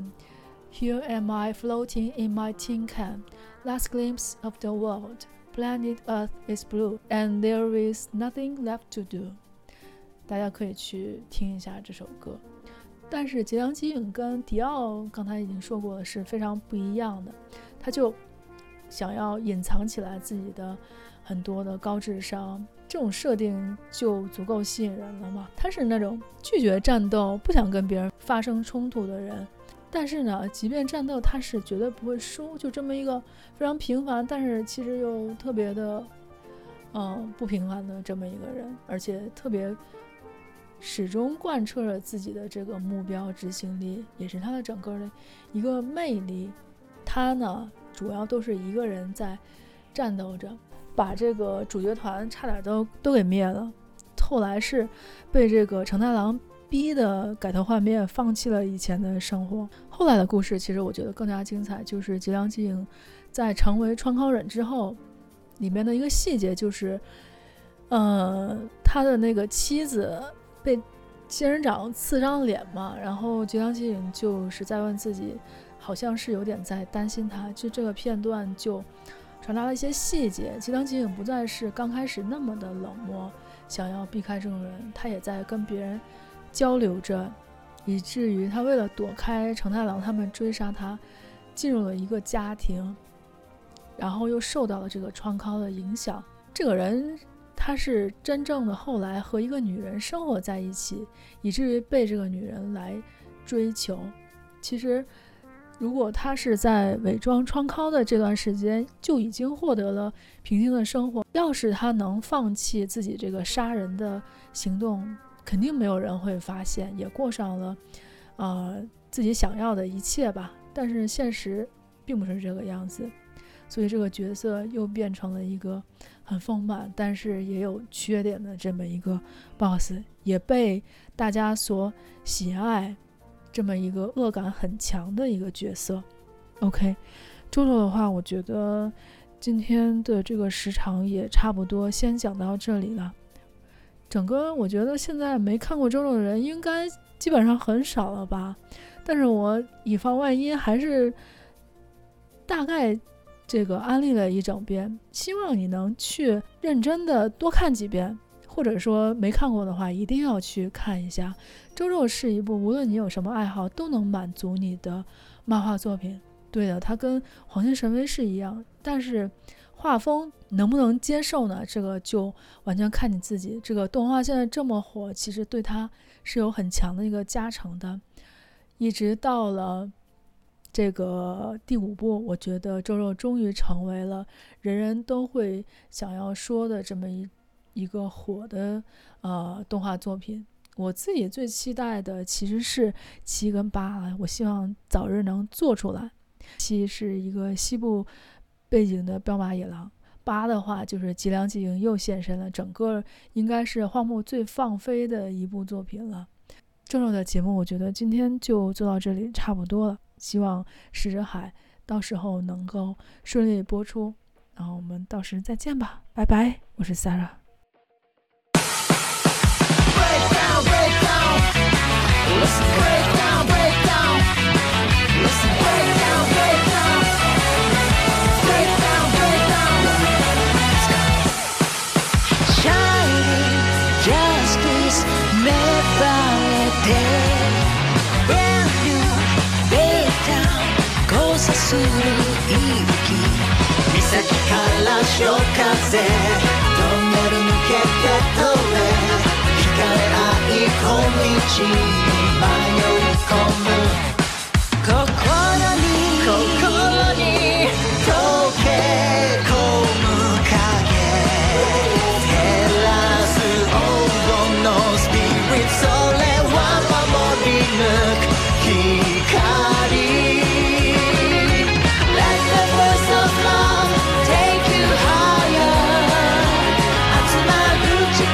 Here am I floating in my tin can, last glimpse of the world, planet Earth is blue, and there is nothing left to do。 大家可以去听一下这首歌。 但是吉良吉影跟迪奥刚才已经说过了是非常不一样的，他就想要隐藏起来自己的很多的高智商，这种设定就足够吸引人了嘛。他是那种拒绝战斗，不想跟别人发生冲突的人，但是呢即便战斗他是绝对不会输，就这么一个非常平凡但是其实又特别的嗯不平凡的这么一个人，而且特别始终贯彻着自己的这个目标执行力，也是他的整个的一个魅力。他呢主要都是一个人在战斗着，把这个主角团差点都都给灭了，后来是被这个承太郎逼的改头换面，放弃了以前的生活。后来的故事其实我觉得更加精彩，就是吉良吉影在成为川尻忍之后，里面的一个细节就是呃，他的那个妻子被仙人掌刺伤脸嘛，然后吉良吉影就是在问自己，好像是有点在担心他，就这个片段就传达了一些细节。吉良吉影不再是刚开始那么的冷漠，想要避开这种人，他也在跟别人交流着，以至于他为了躲开承太郎他们追杀他，进入了一个家庭，然后又受到了这个川尻的影响。这个人他是真正的后来和一个女人生活在一起，以至于被这个女人来追求。其实如果他是在伪装川尻的这段时间就已经获得了平静的生活，要是他能放弃自己这个杀人的行动，肯定没有人会发现，也过上了呃自己想要的一切吧。但是现实并不是这个样子，所以这个角色又变成了一个很丰满但是也有缺点的这么一个 boss， 也被大家所喜爱，这么一个恶感很强的一个角色。 OK， 周周的话我觉得今天的这个时长也差不多先讲到这里了。整个我觉得现在没看过周周的人应该基本上很少了吧，但是我以防万一还是大概这个安利了一整遍，希望你能去认真的多看几遍，或者说没看过的话一定要去看一下。周周是一部无论你有什么爱好都能满足你的漫画作品。对的，它跟黄金神威是一样，但是画风能不能接受呢？这个就完全看你自己。这个动画现在这么火，其实对它是有很强的一个加成的。一直到了这个第五部，我觉得周周终于成为了人人都会想要说的这么一一个火的呃动画作品。我自己最期待的其实是七跟八，我希望早日能做出来。七是一个西部背景的彪马野狼，八的话就是吉良吉影又现身了，整个应该是荒木最放飞的一部作品了。周周的节目我觉得今天就做到这里差不多了，希望石之海到时候能够顺利播出，然后我们到时再见吧，拜拜，我是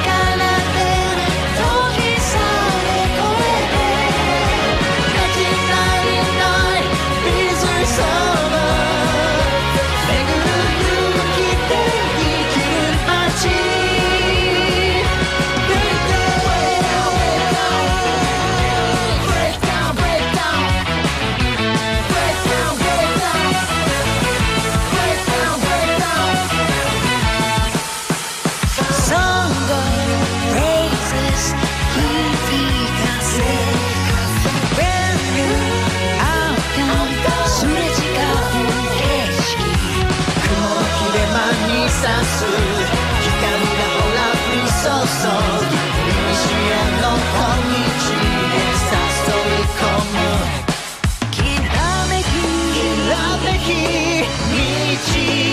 Sarah。 起。